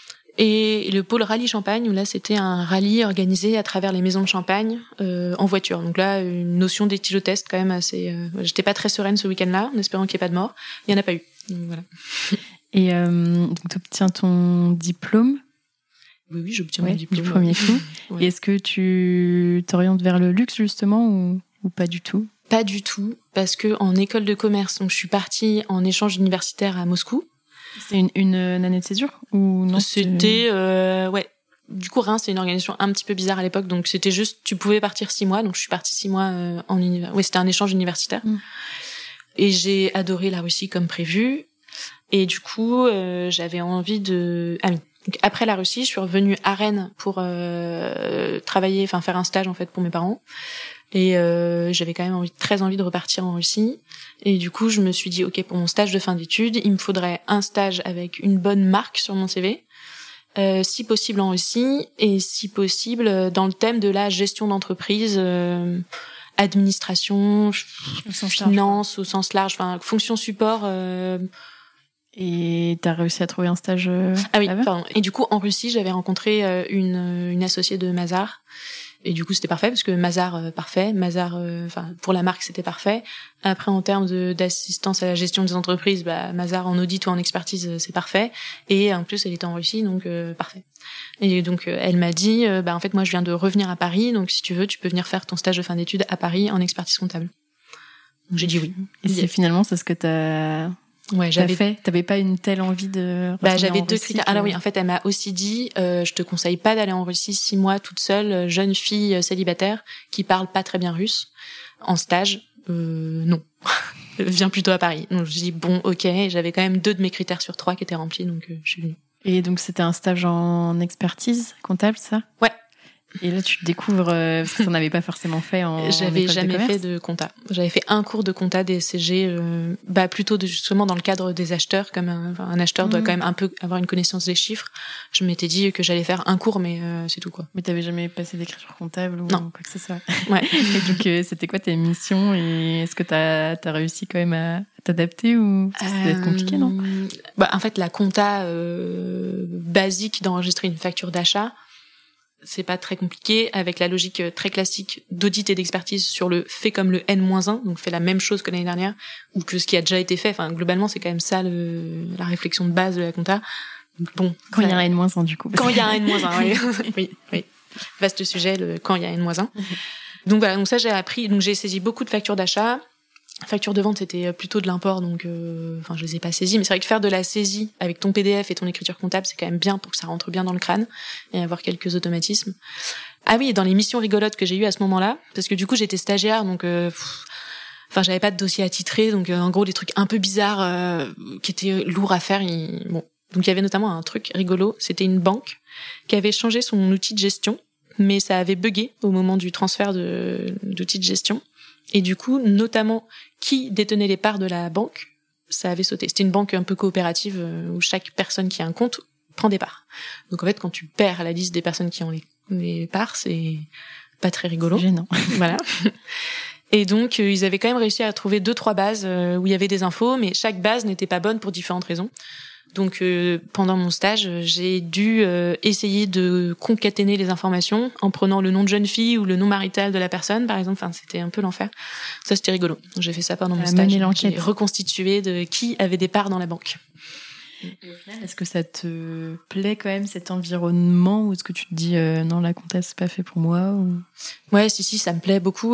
Et le pôle rallye Champagne, où là c'était un rallye organisé à travers les maisons de Champagne euh, en voiture. Donc là, une notion d'éthylotest quand même assez... Euh, j'étais pas très sereine ce week-end-là, en espérant qu'il n'y ait pas de mort. Il n'y en a pas eu. Donc voilà. Et euh, donc tu obtiens ton diplôme ? Oui, oui, j'obtiens ouais, mon diplôme. Du premier coup. Ouais. Et est-ce que tu t'orientes vers le luxe justement ou, ou pas du tout ? Pas du tout, parce que en école de commerce, donc je suis partie en échange universitaire à Moscou. C'était une, une, une année de césure ou non ? C'était euh, ouais. Du coup, Reims, c'est une organisation un petit peu bizarre à l'époque, donc c'était juste, tu pouvais partir six mois, donc je suis partie six mois euh, en univers. Ouais, c'était un échange universitaire. Mm. Et j'ai adoré la Russie comme prévu. Et du coup, euh, j'avais envie de. Ah oui. Donc après la Russie, je suis revenue à Rennes pour euh, travailler, enfin faire un stage en fait pour mes parents. Et euh, j'avais quand même envie, très envie de repartir en Russie. Et du coup, je me suis dit, ok, pour mon stage de fin d'études, il me faudrait un stage avec une bonne marque sur mon C V, euh, si possible en Russie, et si possible dans le thème de la gestion d'entreprise, euh, administration, au sens finance, large, au sens large, enfin fonction support. Euh... Et t'as réussi à trouver un stage euh, Ah oui, là-bas ? pardon. Et du coup, en Russie, j'avais rencontré euh, une, une associée de Mazar. Et du coup, c'était parfait parce que Mazar, euh, parfait. Mazar, enfin, euh, pour la marque, c'était parfait. Après, en termes de, d'assistance à la gestion des entreprises, bah, Mazar en audit ou en expertise, c'est parfait. Et en plus, elle était en Russie, donc euh, parfait. Et donc, euh, elle m'a dit, euh, bah, en fait, moi, je viens de revenir à Paris, donc si tu veux, tu peux venir faire ton stage de fin d'études à Paris en expertise comptable. Donc, j'ai dit oui. Et c'est finalement, c'est ce que t'as... Ouais, j'avais T'as fait. T'avais pas une telle envie de. Bah, j'avais deux critères. Que... Alors oui, en fait, elle m'a aussi dit, euh, je te conseille pas d'aller en Russie six mois toute seule, jeune fille célibataire qui parle pas très bien russe, en stage. Euh, non, viens plutôt à Paris. Donc je dis bon, ok. J'avais quand même deux de mes critères sur trois qui étaient remplis, donc euh, je suis venue. Et donc c'était un stage en expertise comptable, ça ? Ouais. Et là, tu te découvres, euh, parce que ça n'avait pas forcément fait en J'avais en jamais de fait de compta. J'avais fait un cours de compta des C G, euh, bah plutôt de, justement dans le cadre des acheteurs, comme un, enfin, un acheteur mmh. doit quand même un peu avoir une connaissance des chiffres. Je m'étais dit que j'allais faire un cours, mais euh, c'est tout quoi. Mais t'avais jamais passé d'écriture comptable ou non. quoi que ce soit. Ouais. Et donc euh, c'était quoi tes missions et est-ce que t'as t'as réussi quand même à t'adapter ou ça va être compliqué, non ? Bah en fait la compta euh, basique d'enregistrer une facture d'achat. C'est pas très compliqué, avec la logique très classique d'audit et d'expertise sur le fait comme le N moins un, donc fait la même chose que l'année dernière, ou que ce qui a déjà été fait. Enfin, globalement, c'est quand même ça le, la réflexion de base de la compta. Bon. Quand il y a un N moins un, du coup. Quand il y a un N moins un, oui. oui, oui. Vaste sujet, le quand il y a un N moins un. Donc voilà, donc ça j'ai appris, donc j'ai saisi beaucoup de factures d'achat. Facture de vente, c'était plutôt de l'import, donc euh, enfin je les ai pas saisies, mais c'est vrai que faire de la saisie avec ton P D F et ton écriture comptable, c'est quand même bien pour que ça rentre bien dans le crâne et avoir quelques automatismes. Ah oui, et dans les missions rigolotes que j'ai eues à ce moment-là, parce que du coup j'étais stagiaire, donc euh, pff, enfin j'avais pas de dossier à titrer, donc euh, en gros des trucs un peu bizarres euh, qui étaient lourds à faire. Et, bon, donc il y avait notamment un truc rigolo, c'était une banque qui avait changé son outil de gestion, mais ça avait buggé au moment du transfert de d'outil de gestion. Et du coup, notamment, qui détenait les parts de la banque, ça avait sauté. C'était une banque un peu coopérative où chaque personne qui a un compte prend des parts. Donc en fait, quand tu perds la liste des personnes qui ont les, les parts, c'est pas très rigolo. C'est gênant. Voilà. Et donc, ils avaient quand même réussi à trouver deux, trois bases où il y avait des infos, mais chaque base n'était pas bonne pour différentes raisons. Donc, euh, pendant mon stage, j'ai dû euh, essayer de concaténer les informations en prenant le nom de jeune fille ou le nom marital de la personne, par exemple. Enfin, c'était un peu l'enfer. Ça, c'était rigolo. Donc, j'ai fait ça pendant mon stage. J'ai reconstitué de qui avait des parts dans la banque. Et au final, est-ce que ça te plaît quand même cet environnement, ou est-ce que tu te dis euh, non, la compta c'est pas fait pour moi ou... Ouais, si si, ça me plaît beaucoup.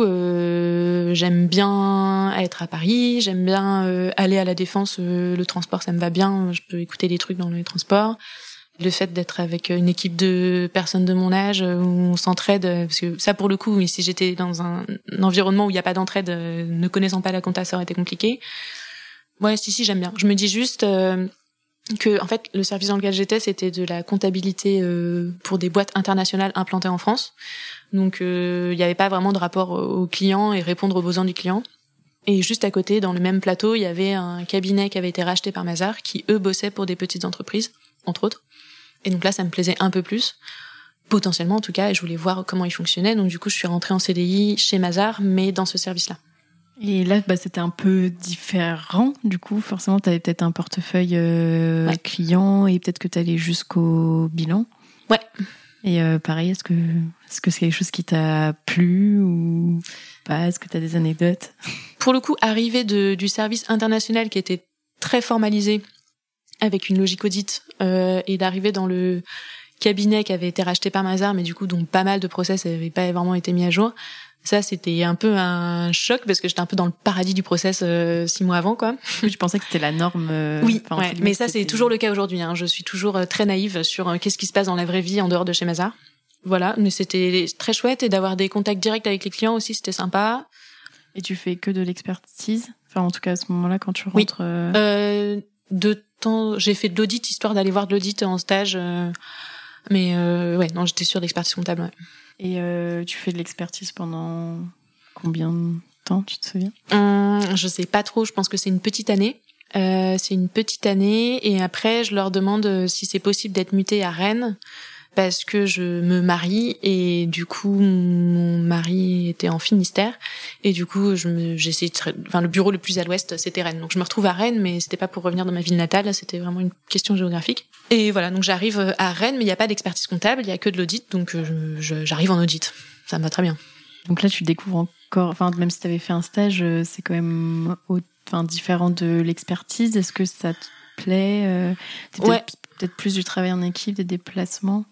Euh, j'aime bien être à Paris, j'aime bien euh, aller à la Défense. Euh, le transport, ça me va bien. Je peux écouter des trucs dans les transports. Le fait d'être avec une équipe de personnes de mon âge où on s'entraide, parce que ça pour le coup, si j'étais dans un, un environnement où il y a pas d'entraide, euh, ne connaissant pas la compta, ça aurait été compliqué. Ouais, si si, j'aime bien. Je me dis juste. Euh, que en fait le service dans lequel j'étais, c'était de la comptabilité euh, pour des boîtes internationales implantées en France. Donc il euh, y avait pas vraiment de rapport aux clients et répondre aux besoins du client. Et juste à côté, dans le même plateau, il y avait un cabinet qui avait été racheté par Mazars, qui eux bossaient pour des petites entreprises, entre autres. Et donc là, ça me plaisait un peu plus, potentiellement en tout cas, et je voulais voir comment ils fonctionnaient. Donc du coup, je suis rentrée en C D I chez Mazars, mais dans ce service-là. Et là, bah, c'était un peu différent. Du coup, forcément, tu avais peut-être un portefeuille euh, ouais. client et peut-être que tu allais jusqu'au bilan. Ouais. Et euh, pareil, est-ce que, est-ce que c'est quelque chose qui t'a plu ou pas? Est-ce que tu as des anecdotes? Pour le coup, arriver de, du service international qui était très formalisé, avec une logique audit, euh, et d'arriver dans le cabinet qui avait été racheté par Mazars, mais du coup, dont pas mal de process n'avaient pas vraiment été mis à jour. Ça, c'était un peu un choc parce que j'étais un peu dans le paradis du process euh, six mois avant, quoi. Je pensais que c'était la norme. Euh, oui, ouais, mais ça, c'est toujours le cas aujourd'hui. Hein. Je suis toujours euh, très naïve sur euh, qu'est-ce qui se passe dans la vraie vie en dehors de chez Mazars. Voilà, mais c'était très chouette et d'avoir des contacts directs avec les clients aussi, c'était sympa. Et tu fais que de l'expertise? Enfin, en tout cas, à ce moment-là, quand tu rentres... Oui. Euh... Euh, de temps, j'ai fait de l'audit, histoire d'aller voir de l'audit en stage. Euh, mais euh, ouais, non, j'étais sur l'expertise comptable, ouais. Et euh, tu fais de l'expertise pendant combien de temps, tu te souviens? hum, Je sais pas trop, je pense que c'est une petite année. Euh, c'est une petite année et après je leur demande si c'est possible d'être mutée à Rennes parce que je me marie et du coup mon mari était en Finistère et du coup je me j'essaie de, enfin le bureau le plus à l'ouest c'était Rennes. Donc je me retrouve à Rennes mais c'était pas pour revenir dans ma ville natale, c'était vraiment une question géographique. Et voilà, donc j'arrive à Rennes mais il y a pas d'expertise comptable, il y a que de l'audit donc je, je, j'arrive en audit. Ça me va très bien. Donc là tu découvres encore, enfin même si tu avais fait un stage, c'est quand même enfin différent de l'expertise. Est-ce que ça te plaît? euh, peut-être, ouais. peut-être plus du travail en équipe, des déplacements?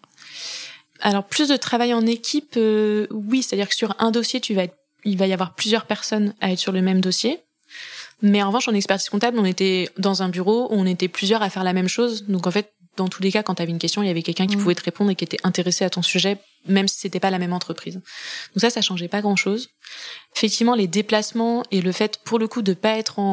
Alors plus de travail en équipe, euh, oui, c'est-à-dire que sur un dossier, tu vas être, il va y avoir plusieurs personnes à être sur le même dossier. Mais en revanche, en expertise comptable, on était dans un bureau où on était plusieurs à faire la même chose. Donc en fait, dans tous les cas, quand tu avais une question, il y avait quelqu'un qui mmh. pouvait te répondre et qui était intéressé à ton sujet, même si c'était pas la même entreprise. Donc ça, ça changeait pas grand-chose. Effectivement, les déplacements et le fait, pour le coup, de pas être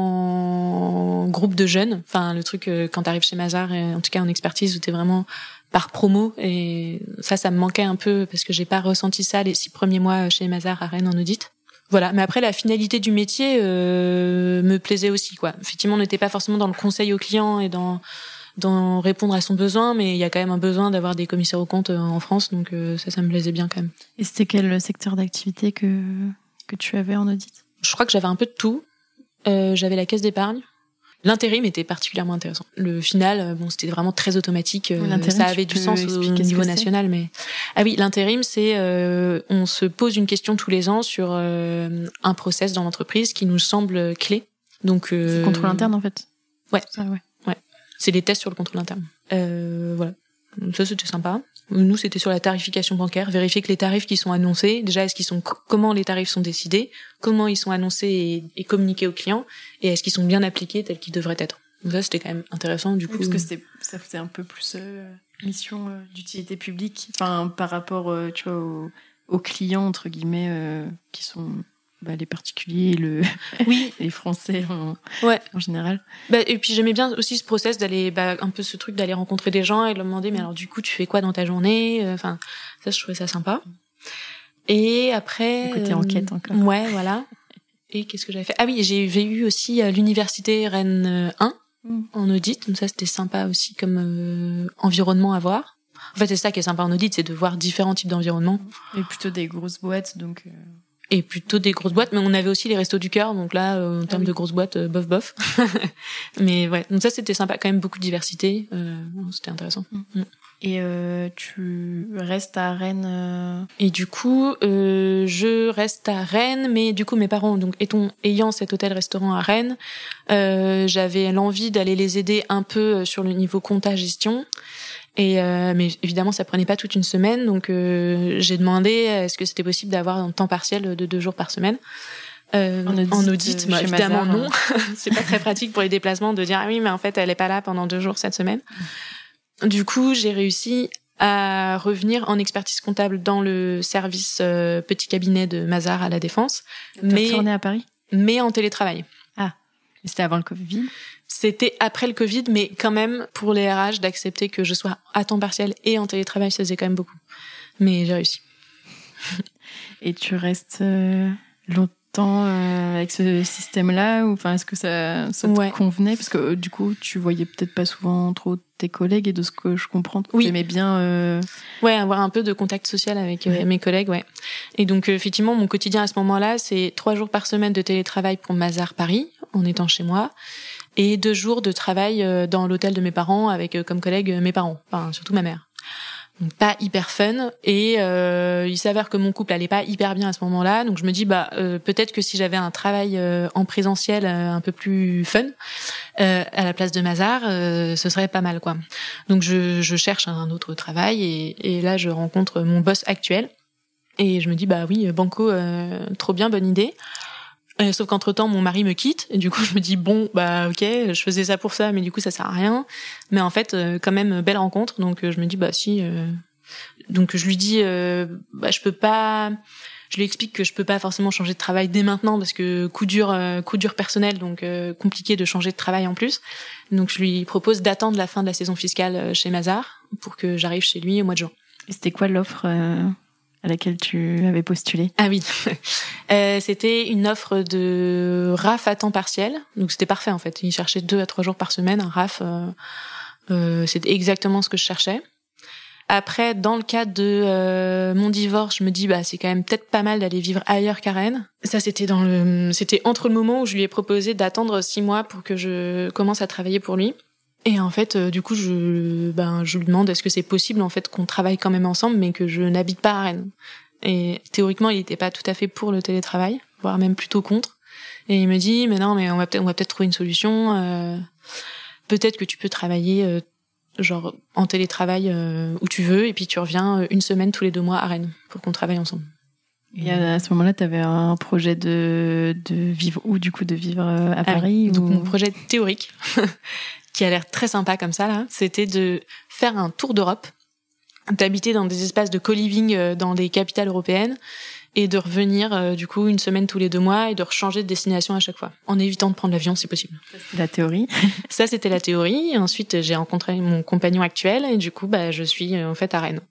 en groupe de jeunes, enfin le truc euh, quand t'arrives chez Mazars, et en tout cas en expertise, où t'es vraiment par promo, et ça, ça me manquait un peu parce que j'ai pas ressenti ça les six premiers mois chez Mazars à Rennes en audit. Voilà, mais après la finalité du métier euh, me plaisait aussi, quoi. Effectivement, on n'était pas forcément dans le conseil au client et dans dans répondre à son besoin, mais il y a quand même un besoin d'avoir des commissaires aux comptes en France, donc euh, ça, ça me plaisait bien quand même. Et c'était quel secteur d'activité que que tu avais en audit? Je crois que j'avais un peu de tout. Euh, j'avais la caisse d'épargne. L'intérim était particulièrement intéressant. Le final, bon, c'était vraiment très automatique. Ça avait du sens au niveau national, mais ah oui, l'intérim, c'est euh, on se pose une question tous les ans sur euh, un process dans l'entreprise qui nous semble clé. Donc euh... c'est le contrôle interne en fait. Ouais. Ça, ouais. Ouais. C'est des tests sur le contrôle interne. Euh, voilà. Donc ça, c'était sympa. Nous, c'était sur la tarification bancaire, vérifier que les tarifs qui sont annoncés, déjà, est-ce qu'ils sont, comment les tarifs sont décidés, comment ils sont annoncés et, et communiqués aux clients, et est-ce qu'ils sont bien appliqués tels qu'ils devraient être. Donc ça, c'était quand même intéressant, du oui, coup. Parce que c'était, ça faisait un peu plus euh, mission euh, d'utilité publique, enfin, par rapport, euh, tu vois, aux, aux clients, entre guillemets, euh, qui sont bah, les particuliers, le... oui. les Français en, ouais. en général. Bah, et puis j'aimais bien aussi ce process d'aller, bah, un peu ce truc d'aller rencontrer des gens et leur demander, mais alors du coup, tu fais quoi dans ta journée? Enfin, ça, je trouvais ça sympa. Et après... Le côté euh, enquête encore. Ouais, voilà. Et qu'est-ce que j'avais fait? Ah oui, j'ai eu aussi à l'université Rennes un mm. en audit. Donc ça, c'était sympa aussi comme euh, environnement à voir. En fait, c'est ça qui est sympa en audit, c'est de voir différents types d'environnements. Et plutôt des grosses boîtes, donc... Euh... Et plutôt des grosses boîtes, mais on avait aussi les restos du cœur, donc là, euh, en termes ah oui. de grosses boîtes, euh, bof bof. Mais ouais, donc ça c'était sympa, quand même beaucoup de diversité, euh, c'était intéressant. Mm. Et euh, tu restes à Rennes euh... Et du coup, euh, je reste à Rennes, mais du coup mes parents, donc étant, ayant cet hôtel-restaurant à Rennes, euh, j'avais l'envie d'aller les aider un peu sur le niveau compta-gestion. Et euh, mais évidemment, ça prenait pas toute une semaine, donc euh, j'ai demandé est-ce que c'était possible d'avoir un temps partiel de deux jours par semaine. Euh, en audit, en audit bah, évidemment Mazar, non. Hein. C'est pas très pratique pour les déplacements de dire ah oui, mais en fait, elle est pas là pendant deux jours cette semaine. Du coup, j'ai réussi à revenir en expertise comptable dans le service euh, petit cabinet de Mazar à la Défense. T'as mais retourné à Paris ? Mais en télétravail. Ah, mais c'était avant le Covid ? C'était après le Covid, mais quand même, pour les R H, d'accepter que je sois à temps partiel et en télétravail, ça faisait quand même beaucoup. Mais j'ai réussi. Et tu restes euh, longtemps euh, avec ce système-là ou enfin, est-ce que ça, ça te ouais. convenait ? Parce que euh, du coup, tu voyais peut-être pas souvent trop tes collègues et de ce que je comprends, oui. tu aimais bien... Euh... Ouais, avoir un peu de contact social avec euh, ouais. mes collègues, ouais. Et donc, euh, effectivement, mon quotidien à ce moment-là, c'est trois jours par semaine de télétravail pour Mazar Paris, en étant chez moi. Et deux jours de travail dans l'hôtel de mes parents avec comme collègues mes parents, enfin surtout ma mère. Donc pas hyper fun. Et euh, il s'avère que mon couple allait pas hyper bien à ce moment-là, donc je me dis bah euh, peut-être que si j'avais un travail euh, en présentiel euh, un peu plus fun euh, à la place de Mazar, euh, ce serait pas mal quoi. Donc je, je cherche un autre travail et, et là je rencontre mon boss actuel et je me dis bah oui banco, euh, trop bien, bonne idée. Euh, sauf qu'entre-temps, mon mari me quitte, et du coup, je me dis, bon, bah, ok, je faisais ça pour ça, mais du coup, ça sert à rien. Mais en fait, euh, quand même, belle rencontre, donc euh, je me dis, bah, si... Euh... Donc, je lui dis, euh, bah, je peux pas... Je lui explique que je peux pas forcément changer de travail dès maintenant, parce que coup dur, euh, coup dur personnel, donc euh, compliqué de changer de travail en plus. Donc, je lui propose d'attendre la fin de la saison fiscale chez Mazar, pour que j'arrive chez lui au mois de juin. Et c'était quoi l'offre euh... à laquelle tu avais postulé? Ah oui, euh, c'était une offre de R A F à temps partiel, donc c'était parfait en fait. Il cherchait deux à trois jours par semaine, un R A F, euh, euh, c'était exactement ce que je cherchais. Après, dans le cadre de euh, mon divorce, je me dis bah c'est quand même peut-être pas mal d'aller vivre ailleurs qu'à Rennes. Ça c'était dans le, c'était entre le moment où je lui ai proposé d'attendre six mois pour que je commence à travailler pour lui. Et en fait, euh, du coup, je, ben, je lui demande est-ce que c'est possible en fait qu'on travaille quand même ensemble, mais que je n'habite pas à Rennes. Et théoriquement, il n'était pas tout à fait pour le télétravail, voire même plutôt contre. Et il me dit mais non, mais on va peut-être, on va peut-être trouver une solution. Euh, peut-être que tu peux travailler euh, genre en télétravail euh, où tu veux, et puis tu reviens une semaine tous les deux mois à Rennes pour qu'on travaille ensemble. Et à ce moment-là, tu avais un projet de de vivre où du coup de vivre à Paris ah, ou... Donc mon projet théorique. qui a l'air très sympa comme ça là, c'était de faire un tour d'Europe, d'habiter dans des espaces de co-living dans des capitales européennes et de revenir euh, du coup une semaine tous les deux mois et de rechanger de destination à chaque fois, en évitant de prendre l'avion si possible. Ça, c'était la théorie. Ça c'était la théorie. Et ensuite j'ai rencontré mon compagnon actuel et du coup bah je suis en fait à Rennes.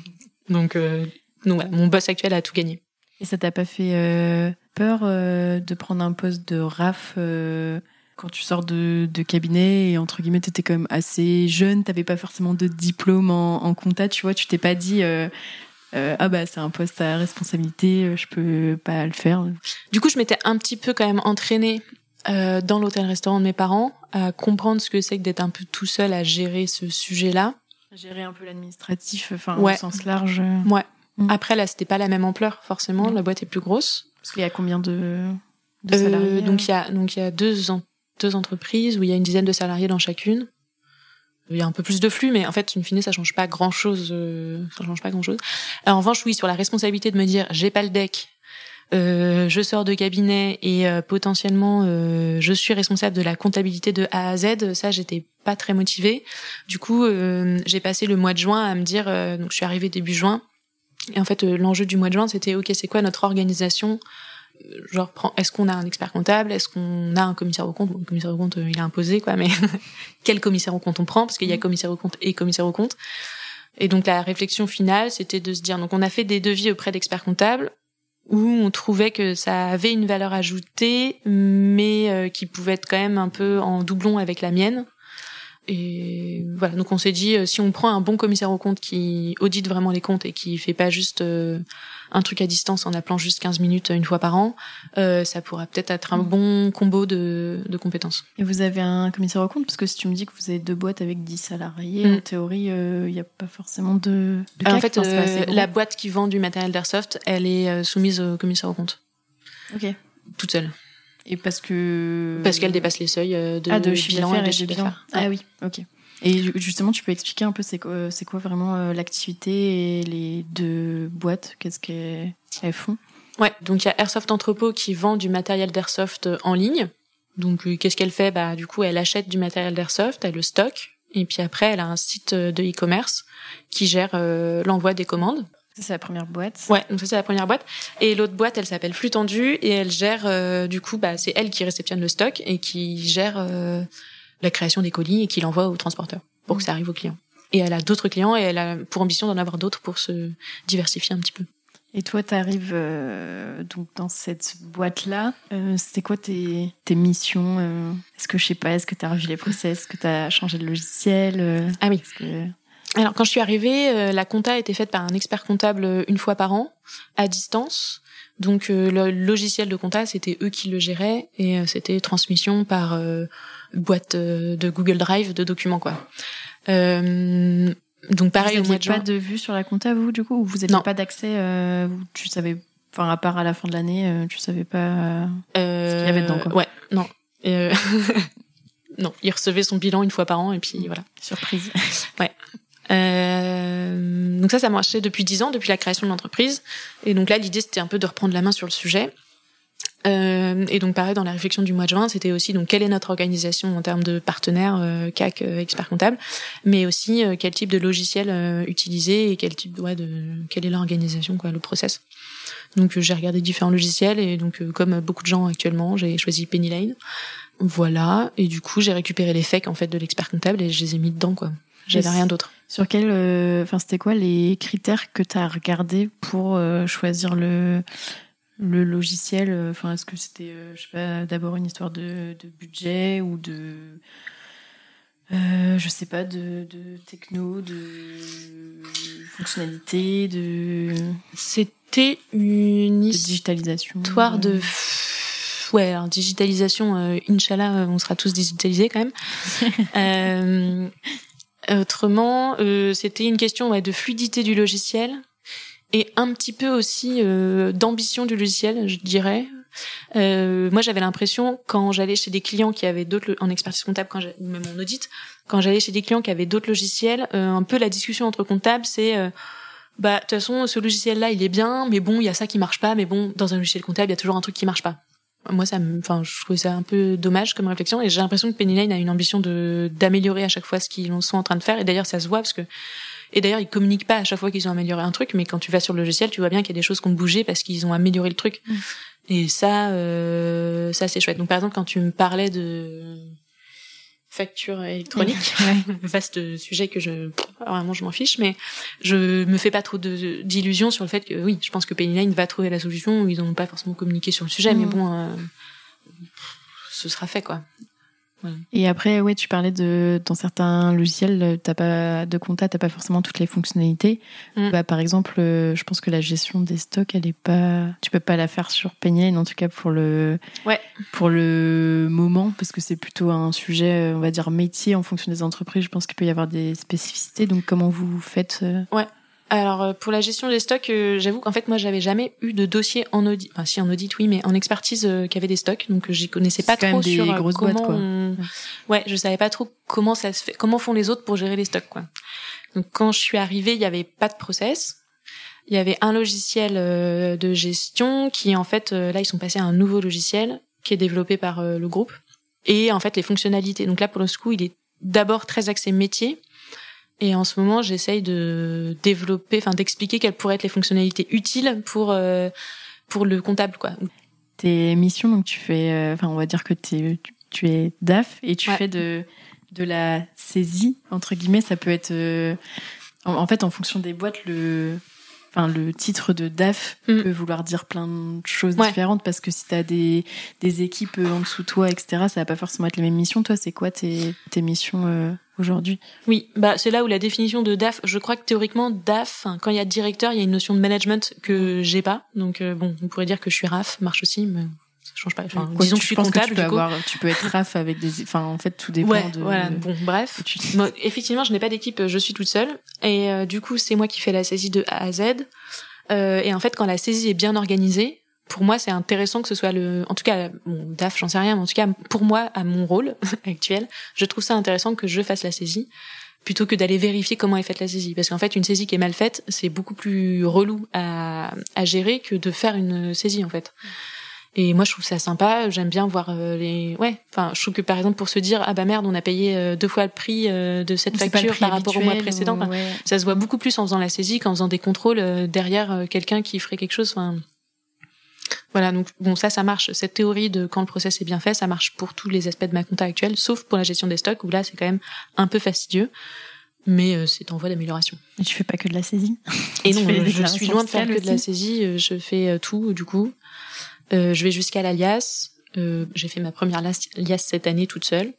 donc euh, donc voilà, mon boss actuel a tout gagné. Et ça t'a pas fait euh, peur euh, de prendre un poste de R A F euh... quand tu sors de, de cabinet et entre guillemets t'étais quand même assez jeune, t'avais pas forcément de diplôme en, en compta, tu vois, tu t'es pas dit euh, euh, ah bah c'est un poste à responsabilité, je peux pas le faire. Du coup je m'étais un petit peu quand même entraînée euh, dans l'hôtel-restaurant de mes parents à comprendre ce que c'est que d'être un peu tout seul à gérer ce sujet-là, gérer un peu l'administratif, enfin ouais. au sens large. Ouais. Mmh. Après là c'était pas la même ampleur forcément, mmh. la boîte est plus grosse. Parce qu'il y a combien de, de salariés euh, Donc il y a donc il y a deux ans. deux entreprises où il y a une dizaine de salariés dans chacune. il y a un peu plus de flux, mais en fait, in fine, ça change pas grand chose. Euh, ça change pas grand chose. Alors, en revanche, oui, sur la responsabilité de me dire, j'ai pas le deck, euh, je sors de cabinet et euh, potentiellement, euh, je suis responsable de la comptabilité de A à Z. Ça, j'étais pas très motivée. Du coup, euh, j'ai passé le mois de juin à me dire, euh, donc je suis arrivée début juin, et en fait, euh, l'enjeu du mois de juin, c'était, ok, c'est quoi notre organisation? Genre, est-ce qu'on a un expert comptable, est-ce qu'on a un commissaire aux comptes? Bon, le commissaire aux comptes, il est imposé, quoi, mais quel commissaire aux comptes on prend? Parce qu'il y a commissaire aux comptes et commissaire aux comptes. Et donc, la réflexion finale, c'était de se dire, donc, on a fait des devis auprès d'experts comptables où on trouvait que ça avait une valeur ajoutée, mais euh, qui pouvait être quand même un peu en doublon avec la mienne. Et voilà, donc on s'est dit, euh, si on prend un bon commissaire aux comptes qui audite vraiment les comptes et qui fait pas juste euh, un truc à distance en appelant juste quinze minutes une fois par an, euh, ça pourra peut-être être un bon combo de, de compétences. Et vous avez un commissaire aux comptes? Parce que si tu me dis que vous avez deux boîtes avec dix salariés, mmh. en théorie, il euh, n'y a pas forcément de, de cas. En fait, enfin, euh, la boîte qui vend du matériel d'Airsoft, elle est euh, soumise au commissaire aux comptes. Ok. Toute seule. Et parce que... Parce qu'elle dépasse les seuils de, ah, de bilan et de chiffre d'affaires. Ah ouais. Oui, ok. Et justement, tu peux expliquer un peu c'est quoi, c'est quoi vraiment euh, l'activité et les deux boîtes, qu'est-ce qu'elles font? Ouais, donc il y a Airsoft Entrepôt qui vend du matériel d'airsoft en ligne. Donc euh, qu'est-ce qu'elle fait? Bah du coup, elle achète du matériel d'airsoft, elle le stocke, et puis après, elle a un site de e-commerce qui gère euh, l'envoi des commandes. Ça, c'est la première boîte. Ouais, donc ça, c'est la première boîte. Et l'autre boîte, elle s'appelle Flux Tendu et elle gère, euh, du coup, bah, c'est elle qui réceptionne le stock et qui gère euh, la création des colis et qui l'envoie au transporteur pour mmh. que ça arrive aux clients. Et elle a d'autres clients et elle a pour ambition d'en avoir d'autres pour se diversifier un petit peu. Et toi, t'arrives euh, donc dans cette boîte-là. Euh, c'était quoi tes, tes missions? euh, Est-ce que, je sais pas, est-ce que t'as revu les process? Est-ce que t'as changé de logiciel? euh, Ah oui. Que... Alors, quand je suis arrivée, euh, la compta a été faite par un expert comptable une fois par an, à distance. Donc, euh, le logiciel de compta, c'était eux qui le géraient et euh, c'était transmission par euh, boîte euh, de Google Drive de documents, quoi. Euh, donc, pareil, vous au mois de juin. Vous n'aviez pas de vue sur la compta, vous, du coup? Ou vous n'aviez pas d'accès euh, tu savais, enfin, à part à la fin de l'année, euh, tu savais pas euh, euh, ce qu'il y avait dedans, quoi. Ouais, non. Euh... non, il recevait son bilan une fois par an et puis voilà. Surprise. Ouais. Euh, donc ça, ça marchait depuis dix ans, depuis la création de l'entreprise. Et donc là, l'idée, c'était un peu de reprendre la main sur le sujet. Euh, et donc pareil, dans la réflexion du mois de juin, c'était aussi donc quelle est notre organisation en termes de partenaires, euh, C A C, euh, expert comptable, mais aussi euh, quel type de logiciel euh, utiliser et quel type, ouais, de quelle est l'organisation, quoi, le process. Donc euh, j'ai regardé différents logiciels et donc euh, comme beaucoup de gens actuellement, j'ai choisi Penny Lane. Voilà. Et du coup, j'ai récupéré les fakes en fait de l'expert comptable et je les ai mis dedans, quoi. J'avais rien d'autre. Sur quel, enfin, euh, c'était quoi les critères que tu as regardés pour euh, choisir le le logiciel? Enfin, est-ce que c'était, euh, je sais pas, d'abord une histoire de, de budget ou de, euh, je sais pas, de, de techno, de fonctionnalité, de. C'était une de digitalisation. Histoire de. Ouais, alors digitalisation, euh, Inch'Allah, on sera tous digitalisés quand même. euh, Autrement, euh, c'était une question ouais, de fluidité du logiciel et un petit peu aussi euh, d'ambition du logiciel, je dirais. Euh, moi, j'avais l'impression, quand j'allais chez des clients qui avaient d'autres, en expertise comptable, quand ou même en audit, quand j'allais chez des clients qui avaient d'autres logiciels, euh, un peu la discussion entre comptables, c'est... Euh, bah, de toute façon, ce logiciel-là, il est bien, mais bon, il y a ça qui marche pas, mais bon, dans un logiciel comptable, il y a toujours un truc qui marche pas. Moi, ça me, enfin, je trouvais ça un peu dommage comme réflexion et j'ai l'impression que Penny Lane a une ambition de, d'améliorer à chaque fois ce qu'ils sont en train de faire et d'ailleurs, ça se voit parce que, et d'ailleurs, ils communiquent pas à chaque fois qu'ils ont amélioré un truc, mais quand tu vas sur le logiciel, tu vois bien qu'il y a des choses qui ont bougé parce qu'ils ont amélioré le truc. Mmh. Et ça, euh, ça, c'est chouette. Donc, par exemple, quand tu me parlais de facture électronique, ouais. Vaste sujet que je, vraiment, je m'en fiche, mais je me fais pas trop de, d'illusions sur le fait que, oui, je pense que Penny Lane va trouver la solution où ils n'ont pas forcément communiqué sur le sujet, mmh. mais bon, euh, ce sera fait, quoi. Ouais. Et après, ouais, tu parlais de dans certains logiciels, t'as pas de compta, t'as pas forcément toutes les fonctionnalités. Mm. Bah, par exemple, je pense que la gestion des stocks, elle est pas, tu peux pas la faire sur Penny Lane, en tout cas pour le, ouais. pour le moment, parce que c'est plutôt un sujet, on va dire métier en fonction des entreprises. Je pense qu'il peut y avoir des spécificités. Donc, comment vous faites? Ouais. Alors pour la gestion des stocks, euh, j'avoue qu'en fait moi j'avais jamais eu de dossier en audit, enfin si en audit oui, mais en expertise euh, qui avait des stocks, donc euh, j'y connaissais pas C'est trop des sur euh, grosses comment. boîtes, quoi. On... Ouais, je savais pas trop comment ça se fait, comment font les autres pour gérer les stocks, quoi. Donc quand je suis arrivée, il y avait pas de process. Il y avait un logiciel euh, de gestion qui en fait euh, là ils sont passés à un nouveau logiciel qui est développé par euh, le groupe et en fait les fonctionnalités. Donc là pour le coup il est d'abord très axé métier. Et en ce moment, j'essaye de développer, enfin d'expliquer quelles pourraient être les fonctionnalités utiles pour euh, pour le comptable, quoi. Tes missions, donc tu fais, enfin euh, on va dire que t'es, tu, tu es D A F et tu ouais. fais de de la saisie entre guillemets. Ça peut être, euh, en, en fait, en fonction des boîtes, le Enfin, le titre de D A F mm. peut vouloir dire plein de choses ouais. différentes parce que si t'as des des équipes en dessous de toi, et cetera, ça va pas forcément être les mêmes missions. Toi, c'est quoi tes tes missions euh, aujourd'hui? Oui, bah c'est là où la définition de D A F. Je crois que théoriquement D A F, quand il y a directeur, il y a une notion de management que j'ai pas. Donc euh, bon, on pourrait dire que je suis R A F, marche aussi, mais ça change pas. Enfin, quoi, disons que je suis je comptable. Que tu, peux du coup. avoir, tu peux être R A F avec des. Enfin, en fait, tout dépend ouais, de. Voilà. Bon, bref. Tu... Bon, effectivement, je n'ai pas d'équipe. Je suis toute seule, et euh, du coup, c'est moi qui fais la saisie de A à Z. Euh, et en fait, quand la saisie est bien organisée, pour moi, c'est intéressant que ce soit le, en tout cas, bon, D A F, j'en sais rien, mais en tout cas, pour moi, à mon rôle actuel, je trouve ça intéressant que je fasse la saisie, plutôt que d'aller vérifier comment est faite la saisie. Parce qu'en fait, une saisie qui est mal faite, c'est beaucoup plus relou à, à gérer que de faire une saisie, en fait. Et moi, je trouve ça sympa. J'aime bien voir euh, les. Ouais. Enfin, je trouve que par exemple, pour se dire ah bah merde, on a payé euh, deux fois le prix euh, de cette c'est facture par rapport au mois précédent. Ou... Enfin, ouais. Ça se voit beaucoup plus en faisant la saisie qu'en faisant des contrôles euh, derrière euh, quelqu'un qui ferait quelque chose. Enfin, voilà. Donc bon, ça, ça marche. Cette théorie de quand le process est bien fait, ça marche pour tous les aspects de ma compta actuelle, sauf pour la gestion des stocks où là, c'est quand même un peu fastidieux. Mais euh, c'est en voie d'amélioration. Et tu fais pas que de la saisie? Et non, je suis loin de faire que de la saisie. Je fais euh, tout du coup. Euh, je vais jusqu'à l'alias. Euh, j'ai fait ma première alias cette année toute seule.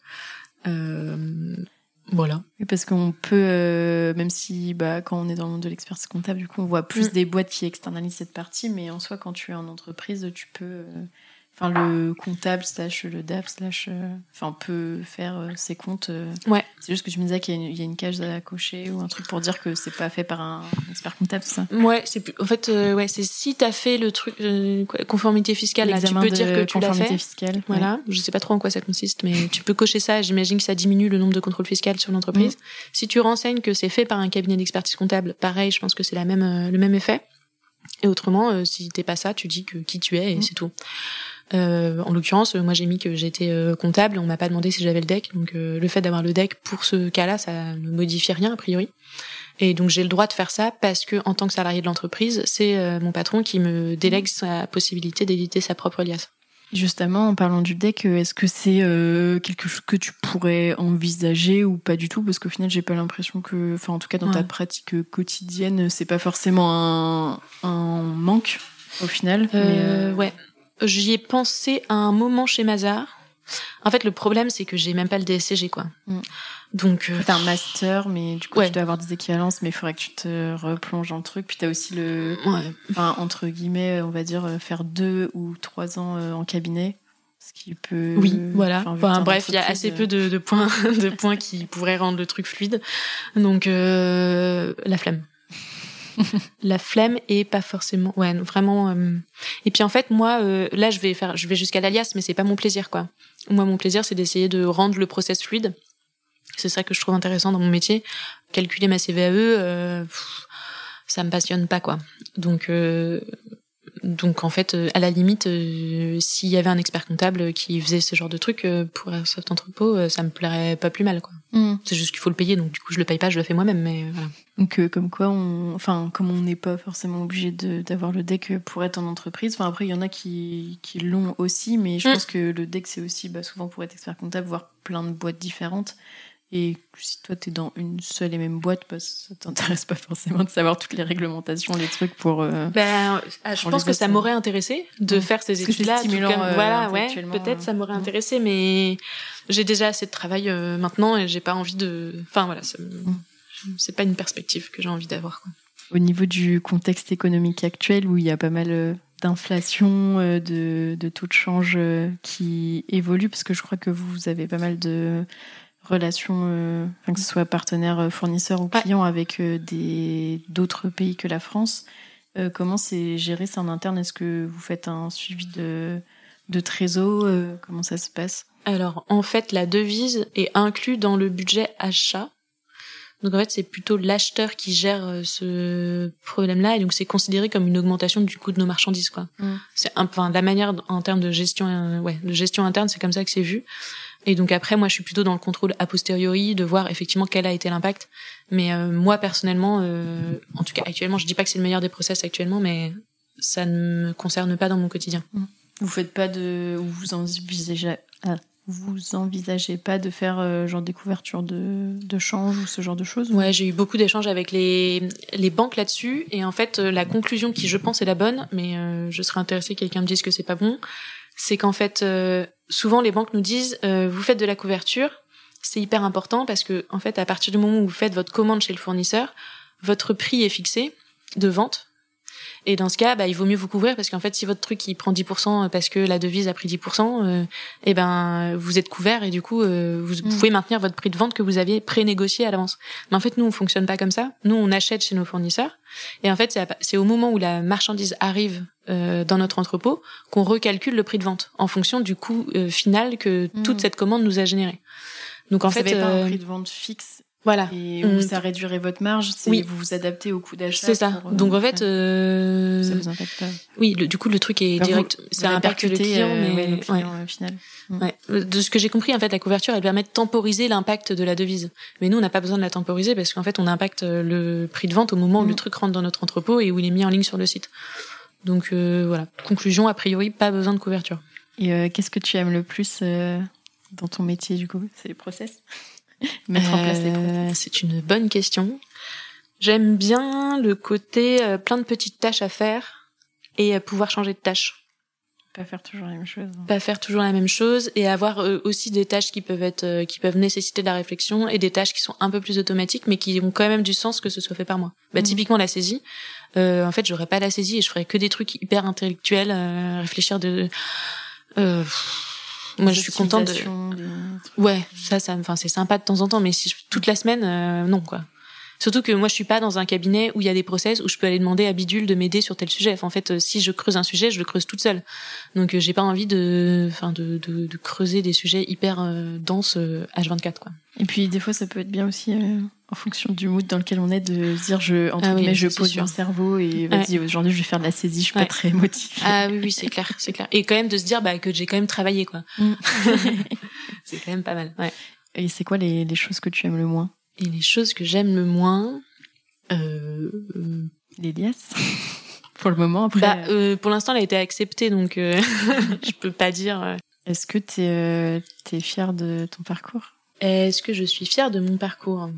Euh, voilà. Oui, parce qu'on peut, euh, même si bah, quand on est dans le monde de l'expertise comptable, du coup, on voit plus mmh. des boîtes qui externalisent cette partie, mais en soi, quand tu es en entreprise, tu peux... Euh, enfin, le comptable slash le D A F slash... Enfin, euh, peut faire euh, ses comptes. Euh, ouais. C'est juste que tu me disais qu'il y a, une, il y a une cage à cocher ou un truc pour dire que c'est pas fait par un expert comptable, c'est ça? Ouais, c'est plus... En fait, euh, ouais, c'est si t'as fait le truc... Euh, conformité fiscale, là, tu peux dire que tu l'as fait. Fiscale, voilà. Ouais. Je sais pas trop en quoi ça consiste, mais tu peux cocher ça. J'imagine que ça diminue le nombre de contrôles fiscaux sur l'entreprise. Mmh. Si tu renseignes que c'est fait par un cabinet d'expertise comptable, pareil, je pense que c'est la même, euh, le même effet. Et autrement, euh, si t'es pas ça, tu dis que qui tu es et mmh. c'est tout. Euh, en l'occurrence, moi j'ai mis que j'étais euh, comptable, on m'a pas demandé si j'avais le D E C, donc euh, le fait d'avoir le D E C pour ce cas-là, ça ne modifie rien a priori. Et donc j'ai le droit de faire ça parce que en tant que salarié de l'entreprise, c'est euh, mon patron qui me délègue sa possibilité d'éditer sa propre alias. Justement, en parlant du D E C, est-ce que c'est euh, quelque chose que tu pourrais envisager ou pas du tout? Parce qu'au final, j'ai pas l'impression que, enfin en tout cas dans ouais. ta pratique quotidienne, c'est pas forcément un, un manque au final. Euh, mais euh... Ouais. J'y ai pensé à un moment chez Mazars. En fait, le problème, c'est que j'ai même pas le D S C G, quoi. Mm. Donc, euh... t'as un master, mais du coup, ouais. tu dois avoir des équivalences, mais il faudrait que tu te replonges dans le truc. Puis t'as aussi le, ouais. enfin, entre guillemets, on va dire, faire deux ou trois ans en cabinet. Ce qui peut. Oui, voilà. Enfin, bref, il y a assez peu de, de points, de points qui pourraient rendre le truc fluide. Donc, euh, la flemme. La flemme et pas forcément ouais vraiment euh... et puis en fait moi euh, là je vais faire je vais jusqu'à l'alias mais c'est pas mon plaisir quoi. Moi mon plaisir c'est d'essayer de rendre le process fluide, c'est ça que je trouve intéressant dans mon métier. Calculer ma C V A E euh, pff, ça me passionne pas quoi. Donc euh... donc en fait à la limite euh, s'il y avait un expert comptable qui faisait ce genre de truc euh, pour Airsoft Entrepôt, euh, ça me plairait pas plus mal quoi. Mm. C'est juste qu'il faut le payer, donc du coup je le paye pas, je le fais moi-même, mais voilà. Donc euh, comme quoi on, enfin comme on n'est pas forcément obligé de d'avoir le D E C pour être en entreprise. Enfin après il y en a qui qui l'ont aussi, mais je mm. pense que le D E C c'est aussi bah, souvent pour être expert comptable, voir plein de boîtes différentes. Et si toi t'es dans une seule et même boîte, bah, ça t'intéresse pas forcément de savoir toutes les réglementations, les trucs pour. Euh, ben, ah, je pense que ça m'aurait intéressé de ouais. faire ces études-là. Tout comme, euh, voilà, ouais. Peut-être ça m'aurait intéressé, mais j'ai déjà assez de travail euh, maintenant et j'ai pas envie de. Enfin voilà, ça me... mm. c'est pas une perspective que j'ai envie d'avoir. Quoi. Au niveau du contexte économique actuel, où il y a pas mal euh, d'inflation, euh, de, de taux de change euh, qui évoluent, parce que je crois que vous avez pas mal de relations, euh, enfin, que ce soit partenaire, fournisseur ou client, ouais. avec euh, des, d'autres pays que la France. Euh, comment c'est géré ça en interne? Est-ce que vous faites un suivi de, de trésor? euh, Comment ça se passe? Alors, en fait, la devise est inclue dans le budget achat. Donc, en fait, c'est plutôt l'acheteur qui gère ce problème-là. Et donc, c'est considéré comme une augmentation du coût de nos marchandises, quoi. Mm. C'est un, enfin, la manière, en termes de gestion, euh, ouais, de gestion interne, c'est comme ça que c'est vu. Et donc, après, moi, je suis plutôt dans le contrôle a posteriori, de voir effectivement quel a été l'impact. Mais euh, moi, personnellement, euh, en tout cas, actuellement, je dis pas que c'est le meilleur des process actuellement, mais ça ne me concerne pas dans mon quotidien. Mm. Vous faites pas de, vous envisagez, ah. Vous envisagez pas de faire euh, genre des couvertures de, de change ou ce genre de choses? Ouais, j'ai eu beaucoup d'échanges avec les, les banques là-dessus. Et en fait, euh, la conclusion qui, je pense, est la bonne, mais euh, je serais intéressée que quelqu'un me dise que c'est pas bon, c'est qu'en fait, euh, souvent les banques nous disent euh, vous faites de la couverture, c'est hyper important parce que en fait, à partir du moment où vous faites votre commande chez le fournisseur, votre prix est fixé de vente. Et dans ce cas, bah, il vaut mieux vous couvrir parce qu'en fait, si votre truc il prend dix pour cent parce que la devise a pris dix pour cent, euh, et ben vous êtes couvert et du coup euh, vous mmh. pouvez maintenir votre prix de vente que vous aviez pré-négocié à l'avance. Mais en fait, nous on fonctionne pas comme ça. Nous on achète chez nos fournisseurs et en fait c'est, à, c'est au moment où la marchandise arrive euh, dans notre entrepôt qu'on recalcule le prix de vente en fonction du coût euh, final que mmh. toute cette commande nous a généré. Donc en vous fait, n'avez pas euh, un prix de vente fixe. Voilà. Et où mmh. ça réduirait votre marge, c'est oui. vous vous adaptez au coût d'achat. C'est ça. Pour, euh, Donc en fait, euh... ça vous impacte pas. Oui, le, du coup le truc est enfin, direct. Vous, ça impacte le client, euh, mais ouais, le client ouais. au final. Mmh. Ouais. De ce que j'ai compris, en fait, la couverture, elle permet de temporiser l'impact de la devise. Mais nous, on n'a pas besoin de la temporiser parce qu'en fait, on impacte le prix de vente au moment mmh. où le truc rentre dans notre entrepôt et où il est mis en ligne sur le site. Donc euh, voilà. Conclusion, a priori, pas besoin de couverture. Et euh, qu'est-ce que tu aimes le plus euh, dans ton métier du coup? C'est les process. Mettre en place les process. C'est une bonne question. J'aime bien le côté euh, plein de petites tâches à faire et euh, pouvoir changer de tâche. Pas faire toujours la même chose. Pas faire toujours la même chose et avoir euh, aussi des tâches qui peuvent être euh, qui peuvent nécessiter de la réflexion et des tâches qui sont un peu plus automatiques mais qui ont quand même du sens que ce soit fait par moi. Bah mmh. typiquement la saisie. Euh, en fait, j'aurais pas la saisie et je ferais que des trucs hyper intellectuels, euh, réfléchir de. Euh, Moi, je suis contente de. Ouais, ça, ça, enfin, c'est sympa de temps en temps, mais si je... toute la semaine, euh, non, quoi. Surtout que moi, je suis pas dans un cabinet où il y a des process où je peux aller demander à Bidule de m'aider sur tel sujet. Enfin, en fait, si je creuse un sujet, je le creuse toute seule. Donc, j'ai pas envie de, enfin, de, de, de creuser des sujets hyper euh, denses euh, H vingt-quatre, quoi. Et puis, des fois, ça peut être bien aussi, euh, en fonction du mood dans lequel on est, de se dire, je, entre ah guillemets, oui, je pose mon cerveau et vas-y, ouais. aujourd'hui, je vais faire de la saisie, je suis ouais. pas très motivée. Ah oui, oui, c'est clair, c'est clair. Et quand même de se dire, bah, que j'ai quand même travaillé, quoi. Mm. C'est quand même pas mal, ouais. Et c'est quoi les, les choses que tu aimes le moins? Et les choses que j'aime le moins, euh... les liasses. Pour le moment, après. Bah, euh, pour l'instant, elle a été acceptée, donc euh, je peux pas dire. Euh... Est-ce que t'es, euh, t'es fière de ton parcours? Est-ce que je suis fière de mon parcours?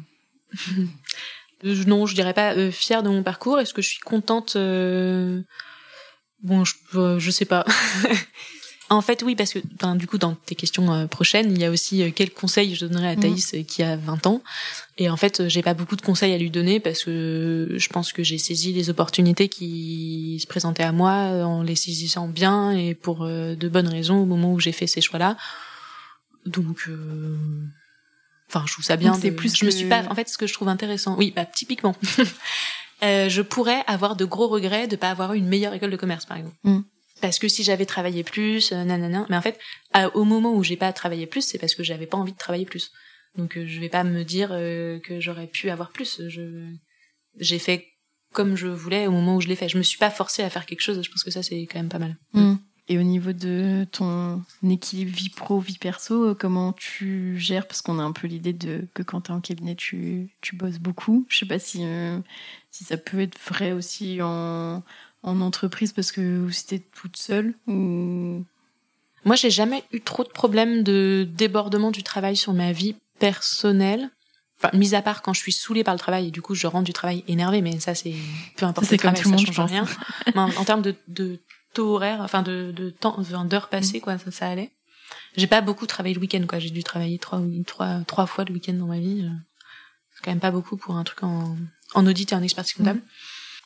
Non, je dirais pas euh, fière de mon parcours. Est-ce que je suis contente? euh... Bon, je, euh, je sais pas. En fait, oui, parce que ben, du coup, dans tes questions euh, prochaines, il y a aussi euh, quels conseils je donnerais à Thaïs mmh. qui a vingt ans. Et en fait, j'ai pas beaucoup de conseils à lui donner parce que je pense que j'ai saisi les opportunités qui se présentaient à moi en les saisissant bien et pour euh, de bonnes raisons au moment où j'ai fait ces choix-là. Donc, euh... enfin, je trouve ça bien. C'est de... plus je que... me suis pas. En fait, ce que je trouve intéressant, oui, bah typiquement, euh, je pourrais avoir de gros regrets de pas avoir eu une meilleure école de commerce, par exemple. Mmh. Parce que si j'avais travaillé plus, euh, nanana. Mais en fait, à, au moment où j'ai pas travaillé plus, c'est parce que j'avais pas envie de travailler plus. Donc euh, je vais pas me dire euh, que j'aurais pu avoir plus. Je j'ai fait comme je voulais au moment où je l'ai fait. Je me suis pas forcée à faire quelque chose. Je pense que ça c'est quand même pas mal. Mmh. Et au niveau de ton équilibre vie pro vie perso, comment tu gères? Parce qu'on a un peu l'idée de que quand t'es en cabinet, tu tu bosses beaucoup. Je sais pas si euh, si ça peut être vrai aussi en en entreprise parce que si t'es toute seule ou... Moi, j'ai jamais eu trop de problèmes de débordement du travail sur ma vie personnelle. Enfin, mis à part quand je suis saoulée par le travail et du coup, je rentre du travail énervée, mais ça, c'est peu importe ça, c'est le travail, comme tout ça le monde, change rien. Mais en, en termes de, de taux horaire, enfin de, de temps, enfin, d'heures passées, mmh. quoi, ça, ça allait. J'ai pas beaucoup travaillé le week-end, quoi. J'ai dû travailler trois, trois, trois fois le week-end dans ma vie. C'est quand même pas beaucoup pour un truc en, en audit et en expertise comptable. Mmh.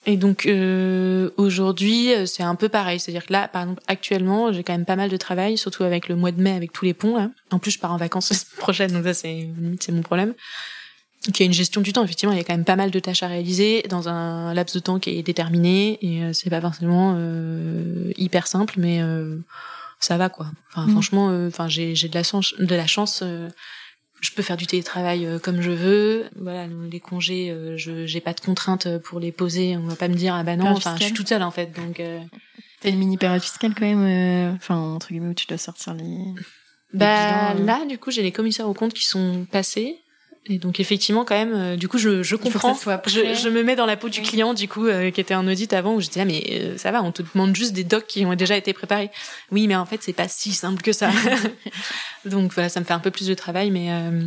Et donc euh, aujourd'hui, c'est un peu pareil. C'est-à-dire que là, par exemple, actuellement, j'ai quand même pas mal de travail, surtout avec le mois de mai, avec tous les ponts. Là. En plus, je pars en vacances la semaine prochaine, donc ça, c'est limite, c'est mon problème. Donc il y a une gestion du temps. Effectivement, il y a quand même pas mal de tâches à réaliser dans un laps de temps qui est déterminé, et euh, c'est pas forcément euh, hyper simple, mais euh, ça va quoi. Enfin, mmh. franchement, enfin, euh, j'ai j'ai de la chance, de la chance. Euh, Je peux faire du télétravail euh, comme je veux. Voilà, les congés, euh, je j'ai pas de contraintes pour les poser. On va pas me dire ah bah non. Enfin, je suis toute seule en fait, donc. Euh... T'as une mini période fiscale quand même. Enfin euh, entre guillemets où tu dois sortir les. Bah les bilans, euh... là, du coup, j'ai les commissaires aux comptes qui sont passés. Et donc effectivement quand même euh, du coup je je comprends je je me mets dans la peau du client du coup euh, qui était en audit avant où j'étais là mais euh, ça va on te demande juste des docs qui ont déjà été préparés. Oui mais en fait c'est pas si simple que ça. Donc voilà, ça me fait un peu plus de travail mais euh,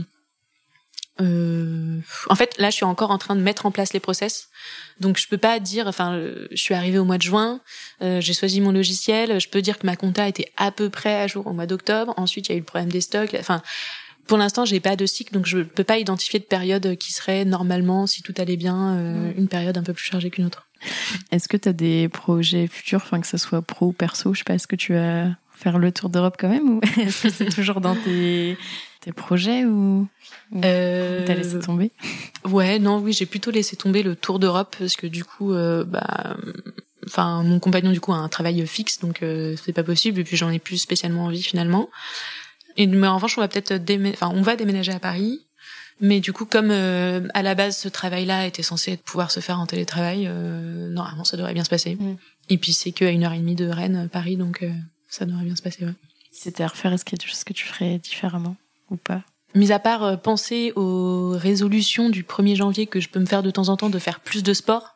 euh, en fait là je suis encore en train de mettre en place les process. Donc je peux pas dire enfin euh, je suis arrivée au mois de juin, euh, j'ai choisi mon logiciel, je peux dire que ma compta était à peu près à jour au mois d'octobre. Ensuite il y a eu le problème des stocks, enfin pour l'instant, j'ai pas de cycle, donc je peux pas identifier de période qui serait normalement, si tout allait bien, euh, une période un peu plus chargée qu'une autre. Est-ce que tu as des projets futurs, enfin que ce soit pro ou perso, je sais pas, est-ce que tu vas faire le tour d'Europe quand même ou est-ce que c'est toujours dans tes tes projets ou, ou euh... t'as laissé tomber? Ouais, non, oui, j'ai plutôt laissé tomber le tour d'Europe parce que du coup, euh, bah, enfin, mon compagnon du coup a un travail fixe, donc euh, c'est pas possible et puis j'en ai plus spécialement envie finalement. Et mais en revanche, on va peut-être démé... enfin, on va déménager à Paris. Mais du coup, comme euh, à la base, ce travail-là était censé être, pouvoir se faire en télétravail, euh, normalement, ça devrait bien se passer. Mm. Et puis, c'est qu'à une heure et demie de Rennes, Paris, donc euh, ça devrait bien se passer, ouais. Si c'était à refaire, est-ce qu'il y a des choses que tu ferais différemment ou pas? Mis à part euh, penser aux résolutions du premier janvier que je peux me faire de temps en temps de faire plus de sport.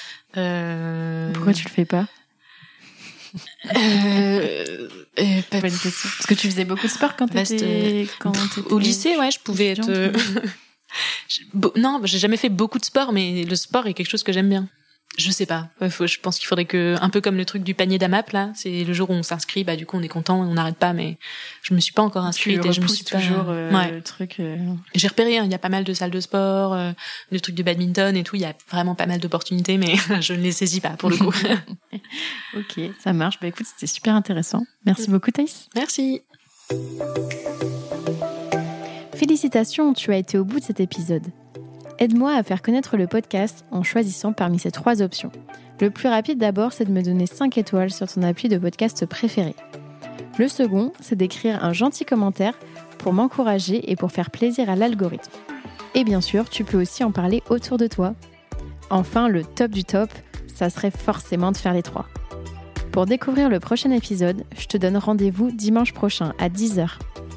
Euh... Pourquoi tu le fais pas? euh, euh, pas... Parce que tu faisais beaucoup de sport quand t'étais, quand t'étais au lycée, ouais, je pouvais être. Euh... non, j'ai jamais fait beaucoup de sport, mais le sport est quelque chose que j'aime bien. Je sais pas. Faut, je pense qu'il faudrait que, un peu comme le truc du panier d'AMAP là, c'est le jour où on s'inscrit, bah du coup on est content et on n'arrête pas. Mais je me suis pas encore inscrite et je me suis toujours pas... euh, ouais. le truc. Euh... J'ai repéré, il hein, y a pas mal de salles de sport, euh, le truc de badminton et tout. Il y a vraiment pas mal d'opportunités, mais je ne les saisis pas pour le coup. Ok, ça marche. Bah écoute, c'était super intéressant. Merci beaucoup Thaïs. Merci. Félicitations, tu as été au bout de cet épisode. Aide-moi à faire connaître le podcast en choisissant parmi ces trois options. Le plus rapide d'abord, c'est de me donner cinq étoiles sur ton appui de podcast préféré. Le second, c'est d'écrire un gentil commentaire pour m'encourager et pour faire plaisir à l'algorithme. Et bien sûr, tu peux aussi en parler autour de toi. Enfin, le top du top, ça serait forcément de faire les trois. Pour découvrir le prochain épisode, je te donne rendez-vous dimanche prochain à dix heures.